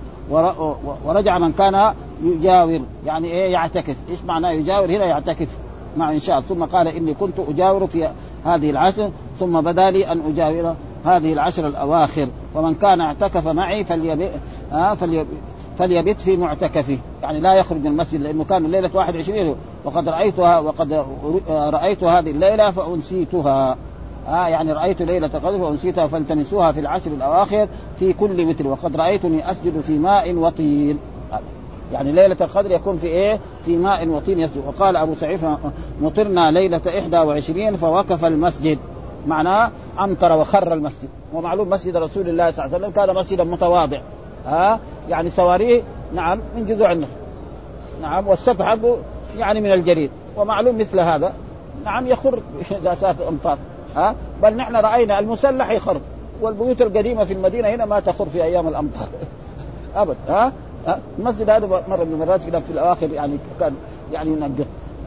ورجع من كان يجاور، يعني إيه يعتكف. إيش معناه يجاور هنا؟ يعتكف مع إن شاء. ثم قال إني كنت أجاور في هذه العشر ثم بدا لي أن أجاور هذه العشر الأواخر، ومن كان اعتكف معي فليبت, آه فليبت, فليبت في معتكفه، يعني لا يخرج من المسجد، لأنه كان الليلة واحد وعشرين وقد رأيتها وقد رأيت هذه الليلة فأنسيتها. آه يعني رأيت ليلة القدر فأنسيتها فالتمسوها في العشر الأواخر في كل وتر، وقد رأيتني أسجد في ماء وطين. يعني ليلة القدر يكون في إيه في ماء وطين يسجد. وقال أبو سعيد مطرنا ليلة إحدى وعشرين فوقف المسجد، معناه أمطر وخر المسجد. ومعلوم مسجد رسول الله صلى الله عليه وسلم كان مسجدا متواضع، ها آه يعني سواريه نعم من جذوع النخل، نعم والسقف حقه يعني من الجريد. ومعلوم مثل هذا نعم يخر إذا سات أمطار، ها بل نحن رأينا المسلح يخر، والبيوت القديمة في المدينة هنا ما تخر في أيام الأمطار أبد. ها المسجد هذا مرة من المرات كده في الأواخر يعني كان يعني ينقط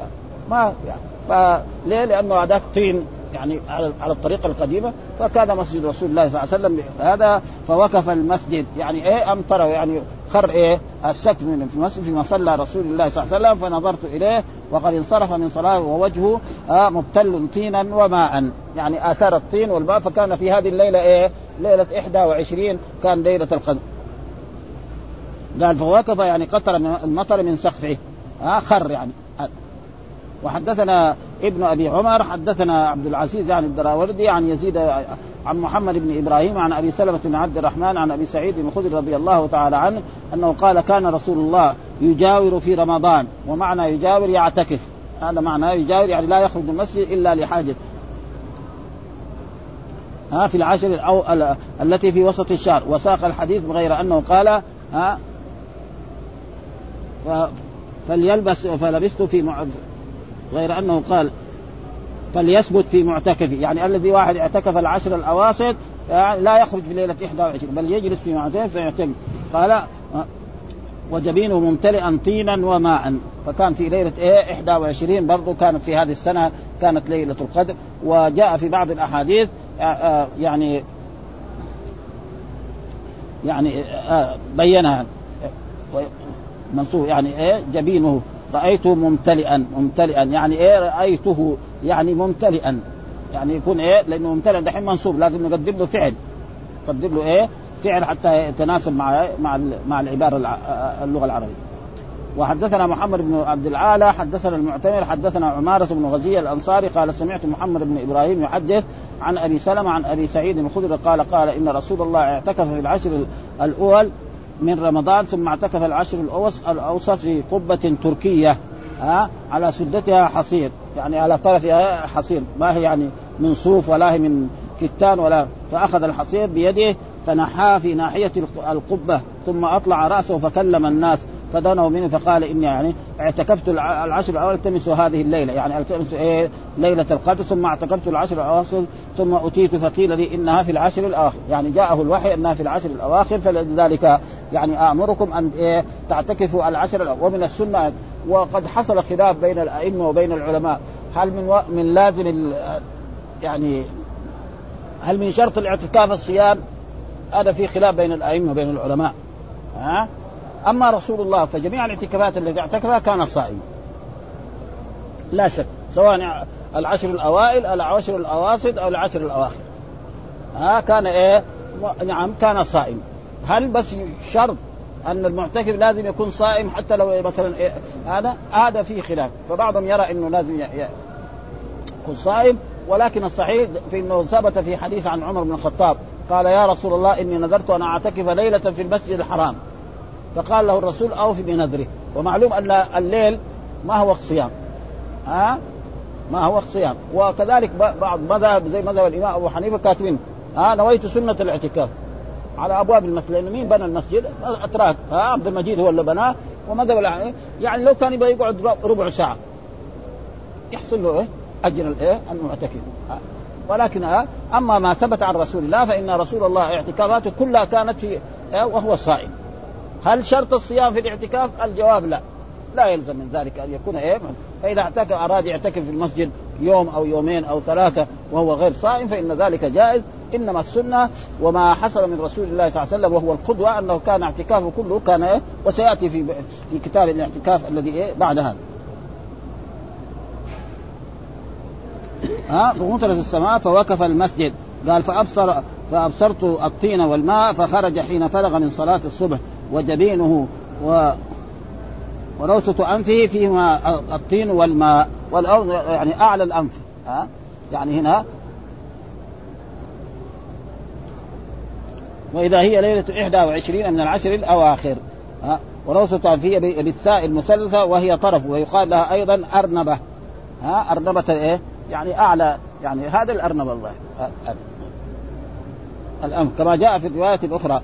ما يعني. فليه؟ لأنه هذا طين يعني على على الطريقة القديمة، فكان مسجد رسول الله صلى الله عليه وسلم هذا. فوقف المسجد يعني إيه أمطر، يعني خر إيه السقف من في المسجد في مصلى رسول الله صلى الله عليه وسلم. فنظرت إليه وقد انصرف من صلاة ووجهه آه مبتل طينا وماء، يعني آثار الطين والماء. فكان في هذه الليلة إيه ليلة إحدى وعشرين كان ليلة القدر. قال فوقف يعني قطر المطر من سقفه، آه خر يعني. وحدثنا ابن أبي عمر حدثنا عبد العزيز عن الدراوردي عن يزيد عن محمد بن إبراهيم عن أبي سلمة بن عبد الرحمن عن أبي سعيد الخدري رضي الله تعالى عنه أنه قال كان رسول الله يجاور في رمضان. ومعنى يجاور يعتكف، هذا معنى يجاور يعني لا يخرج من المسجد إلا لحاجة. ها في العشر أو التي في وسط الشهر. وساق الحديث بغير أنه قال ها فليلبس فلبست في مع... غير أنه قال فليثبت في معتكفه، يعني الذي واحد اعتكف العشر الأواسط يعني لا يخرج في ليلة إحدى وعشرين بل يجلس في معتكفه فيعتكف. قال وجبينه ممتلئا طينا وماء. فكان في ليلة إيه إحدى وعشرين برضو كانت في هذه السنة كانت ليلة القدر. وجاء في بعض الأحاديث يعني يعني بينها منصوب يعني إيه جبينه رأيته ممتلئا ممتلئا يعني إيه رأيته يعني ممتلئا، يعني يكون إيه لأنه ممتلئا دحين منصوب لازم نقدم له فعل، نقدم له إيه فعل حتى يتناسب مع مع مع العبارة اللغة العربية. وحدثنا محمد بن عبد العالى حدثنا المعتمر حدثنا عمارة بن غزية الأنصاري قال سمعت محمد بن إبراهيم يحدث عن أبي سلمة عن أبي سعيد الخدري قال قال إن رسول الله اعتكف في العشر الأول من رمضان ثم اعتكف العشر الأوسط في قبة تركية ها على سدتها حصير، يعني على طرفها حصير ما هي يعني من صوف ولا هي من كتان ولا. فأخذ الحصير بيده فنحاه في ناحية القبة ثم أطلع رأسه فكلم الناس فدنوا منه فقال إني يعني اعتكفت العشر الأول التمس هذه الليلة، يعني التمس إيه ليلة القدر ثم اعتكفت العشر الأواخر ثم أتيت فقيل لي إنها في العشر الأواخر، يعني جاءه الوحي أنها في العشر الأواخر. فلذلك يعني أأمركم أن إيه تعتكفوا العشر الأواخر. ومن السنة وقد حصل خلاف بين الأئمة وبين العلماء هل من و... من لازم يعني هل من شرط الاعتكاف الصيام؟ هذا في خلاف بين الأئمة وبين العلماء. ها أما رسول الله فجميع الاعتكافات التي اعتكفها كان صائم لا شك، سواء العشر الأوائل أو العشر الأواسط أو العشر الأواخر ها كان إيه نعم كان صائم. هل بس شرط أن المعتكف لازم يكون صائم حتى لو مثلا إيه هذا هذا فيه خلاف، فبعضهم يرى إنه لازم يكون صائم، ولكن الصحيح في إنه ثبت في حديث عن عمر بن الخطاب قال يا رسول الله إني نذرت أن أعتكف ليلة في المسجد الحرام، فقال له الرسول أوف بنذره. ومعلوم أن الليل ما هو وقت صيام ها ما هو وقت صيام. وكذلك بعض مذهب زي مذهب الإمام أبو حنيفة كاتبين ها نويت سنة الاعتكاف على أبواب المسجد، لأنه مين بنى المسجد؟ أتراك ها عبد المجيد هو اللي بناه. ومذهب يعني لو كان يبغى يقعد ربع ساعة يحصل له إيه أجر الإيه المعتكف. ولكن ها أما ما ثبت عن رسول الله فإن رسول الله اعتكافاته كلها كانت في وهو صائم. هل شرط الصيام في الاعتكاف؟ الجواب لا، لا يلزم من ذلك أن يكون إيه. فإذا اعتكف أراد يعتكف في المسجد يوم أو يومين أو ثلاثة وهو غير صائم فإن ذلك جائز. إنما السنة وما حصل من رسول الله صلى الله عليه وسلم وهو القدوة أنه كان اعتكافه كله كان إيه، وسيأتي في في كتاب الاعتكاف الذي إيه بعد هذا. ها فمطرت السماء فوقف المسجد قال فأبصر فأبصرت الطين والماء فخرج حين فرغ من صلاة الصبح وجبينه و وروثة أنفه فيهما الطين والماء والأرض يعني أعلى الأنف ها يعني هنا. وإذا هي ليلة إحدى وعشرين من العشر الأواخر ها وروثة أنفه بالثاء المثلثة وهي طرف ويقال لها أيضا أرنبة ها أرنبة إيه يعني أعلى يعني هذا الأرنب الله الأنف كما جاء في الرواية الأخرى.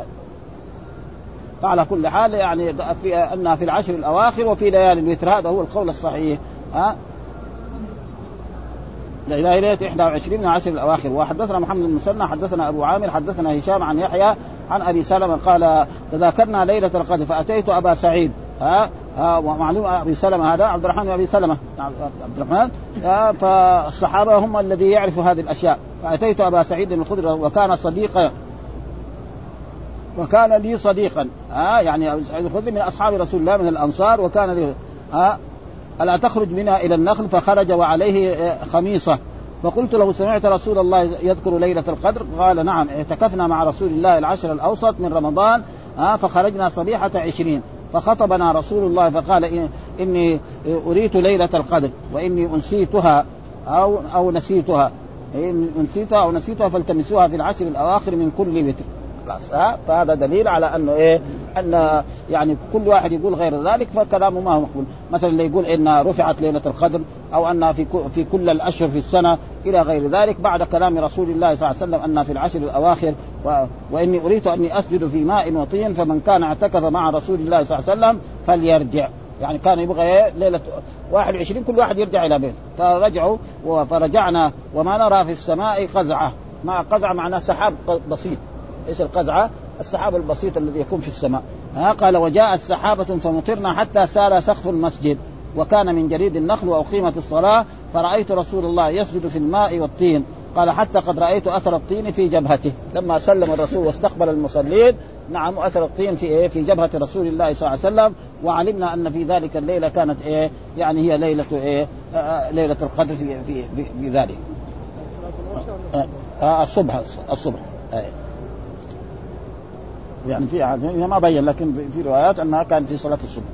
فعلى كل حال يعني في أنها في العشر الأواخر وفي ليالي الوتر، هذا هو القول الصحيح ها إلى ليلة إحدى وعشرين من العشر الأواخر. وحدثنا محمد بن المثنى حدثنا أبو عامر حدثنا هشام عن يحيى عن أبي سلمة قال تذاكرنا ليلة القدر فأتيت أبا سعيد ها ها ومعلوم أبي سلمة هذا عبد الرحمن أبي سلمة عبد الرحمن فالصحابة هم الذي يعرفوا هذه الأشياء. فأتيت أبا سعيد الخدري وكان صديقا وكان لي صديقا ها يعني أبي سعيد الخدري من أصحاب رسول الله من الأنصار وكان لي ها ألا تخرج منها إلى النخل فخرج وعليه خميصة فقلت له سمعت رسول الله يذكر ليلة القدر؟ قال نعم اعتكفنا مع رسول الله العشر الأوسط من رمضان ها فخرجنا صبيحة عشرين فخطبنا رسول الله فقال إني أريت ليلة القدر وإني أنسيتها أو أو نسيتها إن نسيتها أو نسيتها فالتمسوها في العشر الأواخر من كل وتر. فهذا دليل على أنه إيه أن يعني كل واحد يقول غير ذلك فكلامه ما هو مقبول. مثلا اللي يقول إن رفعت ليلة القدر أو أنها في في كل الأشهر في السنة إلى غير ذلك بعد كلام رسول الله صلى الله عليه وسلم أنها في العشر الأواخر و... وإني أريد أني أسجد في ماء وطين فمن كان اعتكف مع رسول الله صلى الله عليه وسلم فليرجع. يعني كان يبغى إيه ليلة واحد وعشرين كل واحد يرجع إلى بيت فرجعوا فرجعنا وما نرى في السماء قزعة. ما قزعة معناه سحاب بسيط. إيش القزعة؟ السحاب البسيط الذي يكون في السماء. ها قال وجاءت سحابة فمطرنا حتى سال سقف المسجد وكان من جريد النخل وأقيمت الصلاة فرأيت رسول الله يسجد في الماء والطين. قال حتى قد رأيت أثر الطين في جبهته لما سلم الرسول واستقبل المصلين. نعم أثر الطين في إيه في جبهة رسول الله صلى الله عليه وسلم. وعلمنا أن في ذلك الليلة كانت إيه يعني هي ليلة إيه آه ليلة القدر في في في, في ذلك آه آه الصبح الصبح آه يعني في يعني ما بين لكن في روايات أنها كانت في صلاة الصبح.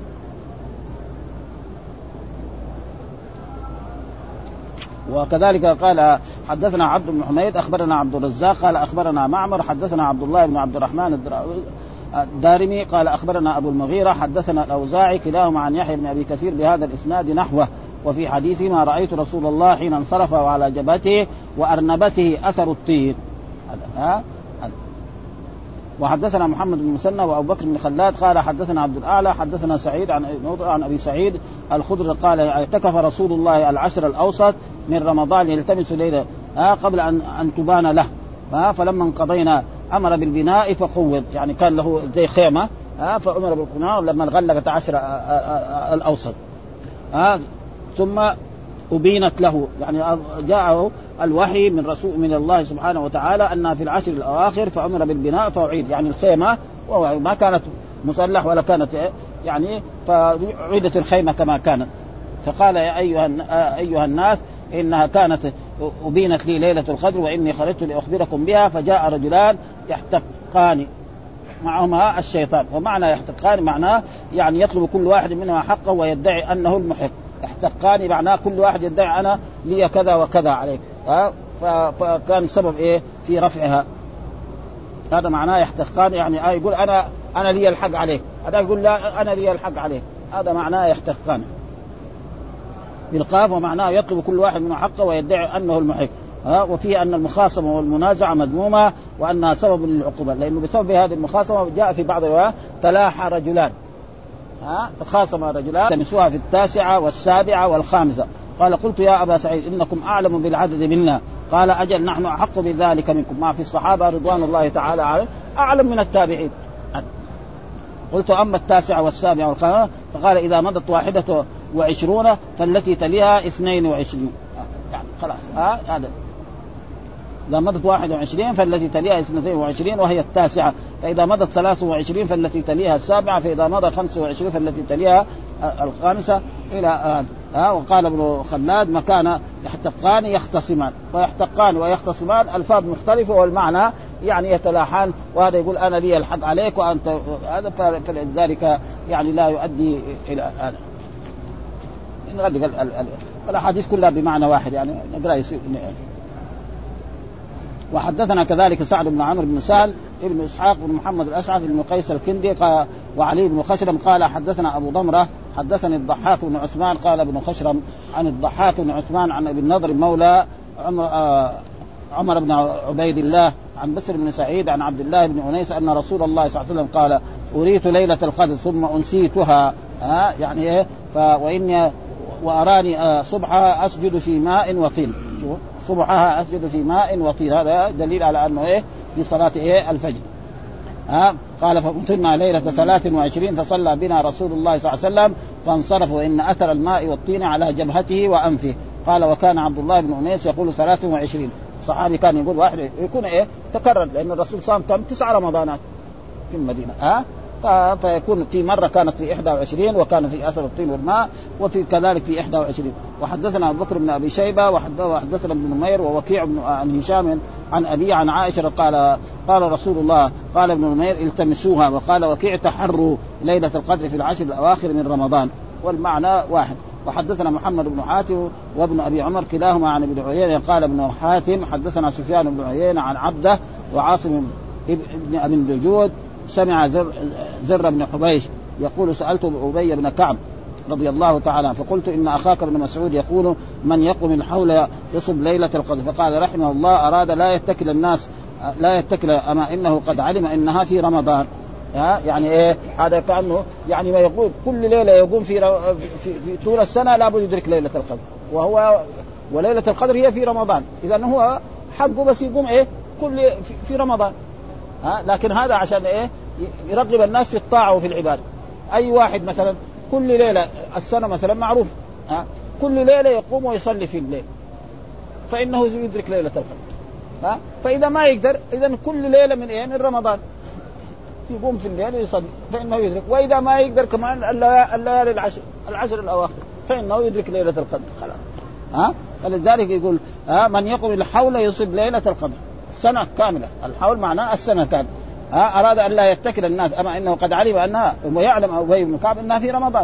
وكذلك قال حدثنا عبد بن حميد أخبرنا عبد الرزاق قال أخبرنا معمر حدثنا عبد الله بن عبد الرحمن الدارمي قال أخبرنا أبو المغيرة حدثنا الأوزاعي كلاهما عن يحيى بن أبي كثير بهذا الإسناد نحوه. وفي حديثه ما رأيت رسول الله حين انصرف وعلى جبهته وأرنبته أثر الطين. ها وحدثنا محمد بن مسنى وأبو بكر بن خلاد قال حدثنا عبد الأعلى حدثنا سعيد عن عن أبي سعيد الخدري قال اعتكف رسول الله العشر الأوسط من رمضان يلتمس ليلة قبل أن أن تبان له فلما انقضينا أمر بالبناء فقوض يعني كان له زي خيمة فأمر بالبناء لما غلقت عشر الأوسط ثم أبينت له يعني جاءه الوحي من رسول من الله سبحانه وتعالى أنها في العشر الأواخر فأمر بالبناء فأعيد يعني الخيمة وما كانت مسلح ولا كانت يعني، فعيدت الخيمة كما كانت. فقال يا أيها أيها الناس إنها كانت أبينت لي ليلة القدر وإني خرجت لأخبركم بها. فجاء رجلان يحتقان معهما الشيطان. ومعنى يحتقان معناه يعني يطلب كل واحد منهما حقه ويدعي أنه المحق. يحتقان معناه كل واحد يدعي أنا لي كذا وكذا عليك، فكان سبب إيه في رفعها. هذا معناه يحتقان، يعني يقول أنا أنا لي الحق عليك، هذا يقول لا أنا لي الحق عليك. هذا معناه يحتقان بالقاف، ومعناه يطلب كل واحد منه حقه ويدعي أنه المحق. ها وفيه أن المخاصمة والمنازعة مذمومة وأنها سبب للعقوبة، لأنه بسبب هذه المخاصمة جاء في بعض الروايات تلاحى رجلان، ها تخاصم رجلان تمسوها في التاسعة والسابعة والخامسة. قال قلت يا أبا سعيد إنكم أعلم بالعدد منا. قال أجل نحن أحق بذلك منكم. ما في الصحابة رضوان الله تعالى عليهم أعلم من التابعين. قلت أما التاسعة والسابعة والخامسة، فقال إذا مضت واحدة وعشرون فالتي تليها اثنين وعشرين. يعني خلاص ها هذا إذا مضت واحد وعشرين فالتي تليها اثنين وعشرين وهي التاسعة، فإذا مضت ثلاث وعشرين فالتي تليها السابعة، فإذا مضت خمس وعشرين فالتي تليها الخامسة إلى ها آه. وقال ابن خلاد مكان يحتقان يختصمان، ويحتقان ويختصمان ألفاظ مختلفة والمعنى يعني يتلاحان، وهذا يقول أنا لي الحق عليك وأنت هذا، فلذلك يعني لا يؤدي إلى هذا. الأحاديث كلها بمعنى واحد يعني نقرأ يصير. وحدثنا كذلك سعد بن عمرو بن سهل ابن إسحاق بن محمد الأشعث بن قيس الكندي وعلي بن خشرم قال حدثنا أبو ضمرة حدثني الضحاك بن عثمان قال ابن خشرم عن الضحاك بن عثمان عن ابن نضر مولى عمر, آه عمر بن عبيد الله عن بسر بن سعيد عن عبد الله بن أنيس أن رسول الله صلى الله عليه وسلم قال أريت ليلة القدر ثم أنسيتها. ها يعني إيه وإني وأراني آه صبحها أسجد في ماء وطين. شو صبحها أسجد في ماء وطين، هذا دليل على أنه إيه في صلاة إيه الفجر. ها قال فقمتنا ليلة ثلاث وعشرين فصلى بنا رسول الله صلى الله عليه وسلم فانصرف وإن أثر الماء والطين على جبهته وأنفه. قال وكان عبد الله بن أنيس يقول ثلاث وعشرين. الصحابي كان يقول واحد يكون إيه تكرر، لأن الرسول صام تم تسع رمضانات في المدينة. ها فيكون في مرة كانت في إحدى وعشرين وكان في أثر الطين والماء، وفي كذلك في إحدى وعشرين. وحدثنا أبو بكر بن أبي شيبة وحدثنا ابن نمير ووكيع بن عن هشام عن أبي عن عائشة قال قال رسول الله قال ابن نمير التمسوها، وقال وكيع تحروا ليلة القدر في العشر الأواخر من رمضان، والمعنى واحد. وحدثنا محمد بن حاتم وابن أبي عمر كلاهما عن ابن عيينة قال ابن حاتم حدثنا سفيان بن عيينة عن عبده وعاصم ابن أبي الدجود سمع زر, زر بن حبيش يقول سألت أبي بن كعب رضي الله تعالى فقلت إن أخاك ابن مسعود يقول من يقوم الحول يصب ليلة القدر، فقال رحمه الله أراد لا يتكل الناس لا يتكل أما إنه قد علم إنها في رمضان. يعني إيه هذا كأنه يعني ما يقول كل ليلة يقوم في, في, في طول السنة لا بد يدرك ليلة القدر، وهو وليلة القدر هي في رمضان، إذا هو حقه بس يقوم إيه كل في, في رمضان. ها لكن هذا عشان إيه يرغب الناس في الطاعة وفي العبادة. أي واحد مثلا كل ليلة السنة مثلا معروف ها كل ليلة يقوم ويصلي في الليل فإنه يدرك ليلة القدر. ها فإذا ما يقدر إذا كل ليلة من إيه من رمضان يقوم في الليل ويصلي فإنه يدرك، وإذا ما يقدر كمان الليالي العشر العشر الأواخر فإنه يدرك ليلة القدر خلاص. ها فلذلك يقول ها من يقوم الحول يصيب ليلة القدر سنة كاملة. الحول معناه السنة كاملة. ها أراد أن لا يتكل الناس أما إنه قد علم أنها ويعلم أبي بن كعب أنها في رمضان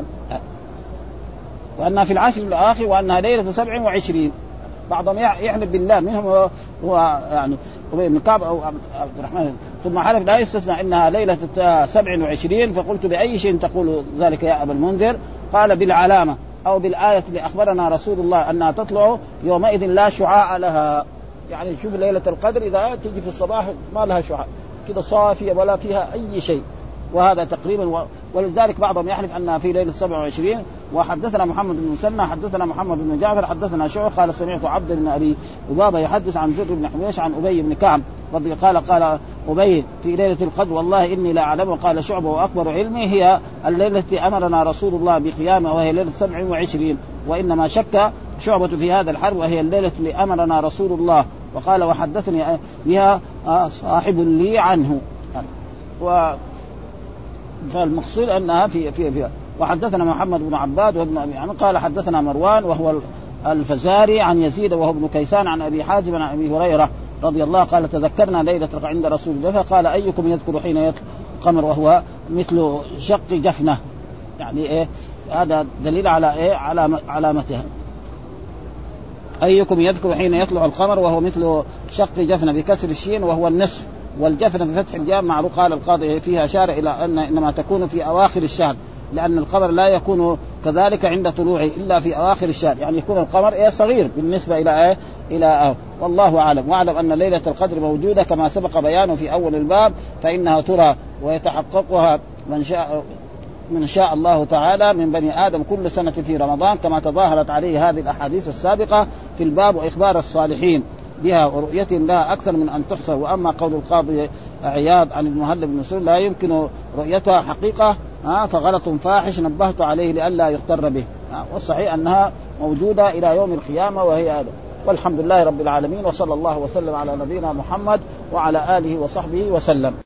وأنها في العشر الأواخر وأنها ليلة سبع وعشرين. بعضهم يحلف بالله منهم هو يعني أبي بن كعب أو عبد الرحمن ثم حلف لا يستثنى إنها ليلة سبع وعشرين. فقلت بأي شيء تقول ذلك يا أبا المنذر؟ قال بالعلامة أو بالآية اللي أخبرنا رسول الله أنها تطلع يومئذ لا شعاع لها. يعني شوف ليلة القدر إذا تجي في الصباح ما لها شعاع كده صافية ولا فيها أي شيء، وهذا تقريبا. ولذلك بعضهم يحلف أنها في ليلة سبع وعشرين. وحدثنا محمد بن مسنى حدثنا محمد بن جعفر حدثنا شعبة قال سمعت عبد بن أبي أبابة يحدث عن زر بن حميش عن أبي بن كعب رضي قال قال أبي في ليلة القدر والله إني لا أعلم. قال شعبة وأكبر علمي هي الليلة التي أمرنا رسول الله بقيامها وهي ليلة سبع وعشرين، وإنما شك شعبة في هذا الحرب وهي الليلة اللي أمرنا رسول الله. وقال وحدثني بها صاحب لي عنه. فالمقصود أنها في في في وحدثنا محمد بن عباد وابن أبي يعني قال حدثنا مروان وهو الفزاري عن يزيد وهو ابن كيسان عن أبي حازم عن أبي هريرة رضي الله قال تذكرنا ليلة عند رسول الله فقال أيكم يذكر حين يطلع القمر وهو مثل شق جفنة يعني إيه هذا دليل على إيه على علامتها أيكم يذكر حين يطلع القمر وهو مثل شق جفنة بكسر الشين وهو النصف والجفنة بفتح الجام معروف. قال القاضي فيها أشار إلى أن إنما تكون في أواخر الشهر لأن القمر لا يكون كذلك عند طلوعه إلا في أواخر الشهر يعني يكون القمر إيه صغير بالنسبة إلى إيه إلى آه. والله أعلم. واعلم أن ليلة القدر موجودة كما سبق بيانه في أول الباب فإنها ترى ويتحققها من شاء من شاء الله تعالى من بني آدم كل سنة في رمضان كما تظاهرت عليه هذه الأحاديث السابقة في الباب وإخبار الصالحين بها ورؤيتهم لها أكثر من أن تحصر. وأما قول القاضي عياض عن المهلب بن مسعود لا يمكن رؤيتها حقيقة ها فغلط فاحش نبهت عليه لئلا يغتر به. والصحيح أنها موجودة إلى يوم القيامة وهي هذا. والحمد لله رب العالمين وصلى الله وسلم على نبينا محمد وعلى آله وصحبه وسلم.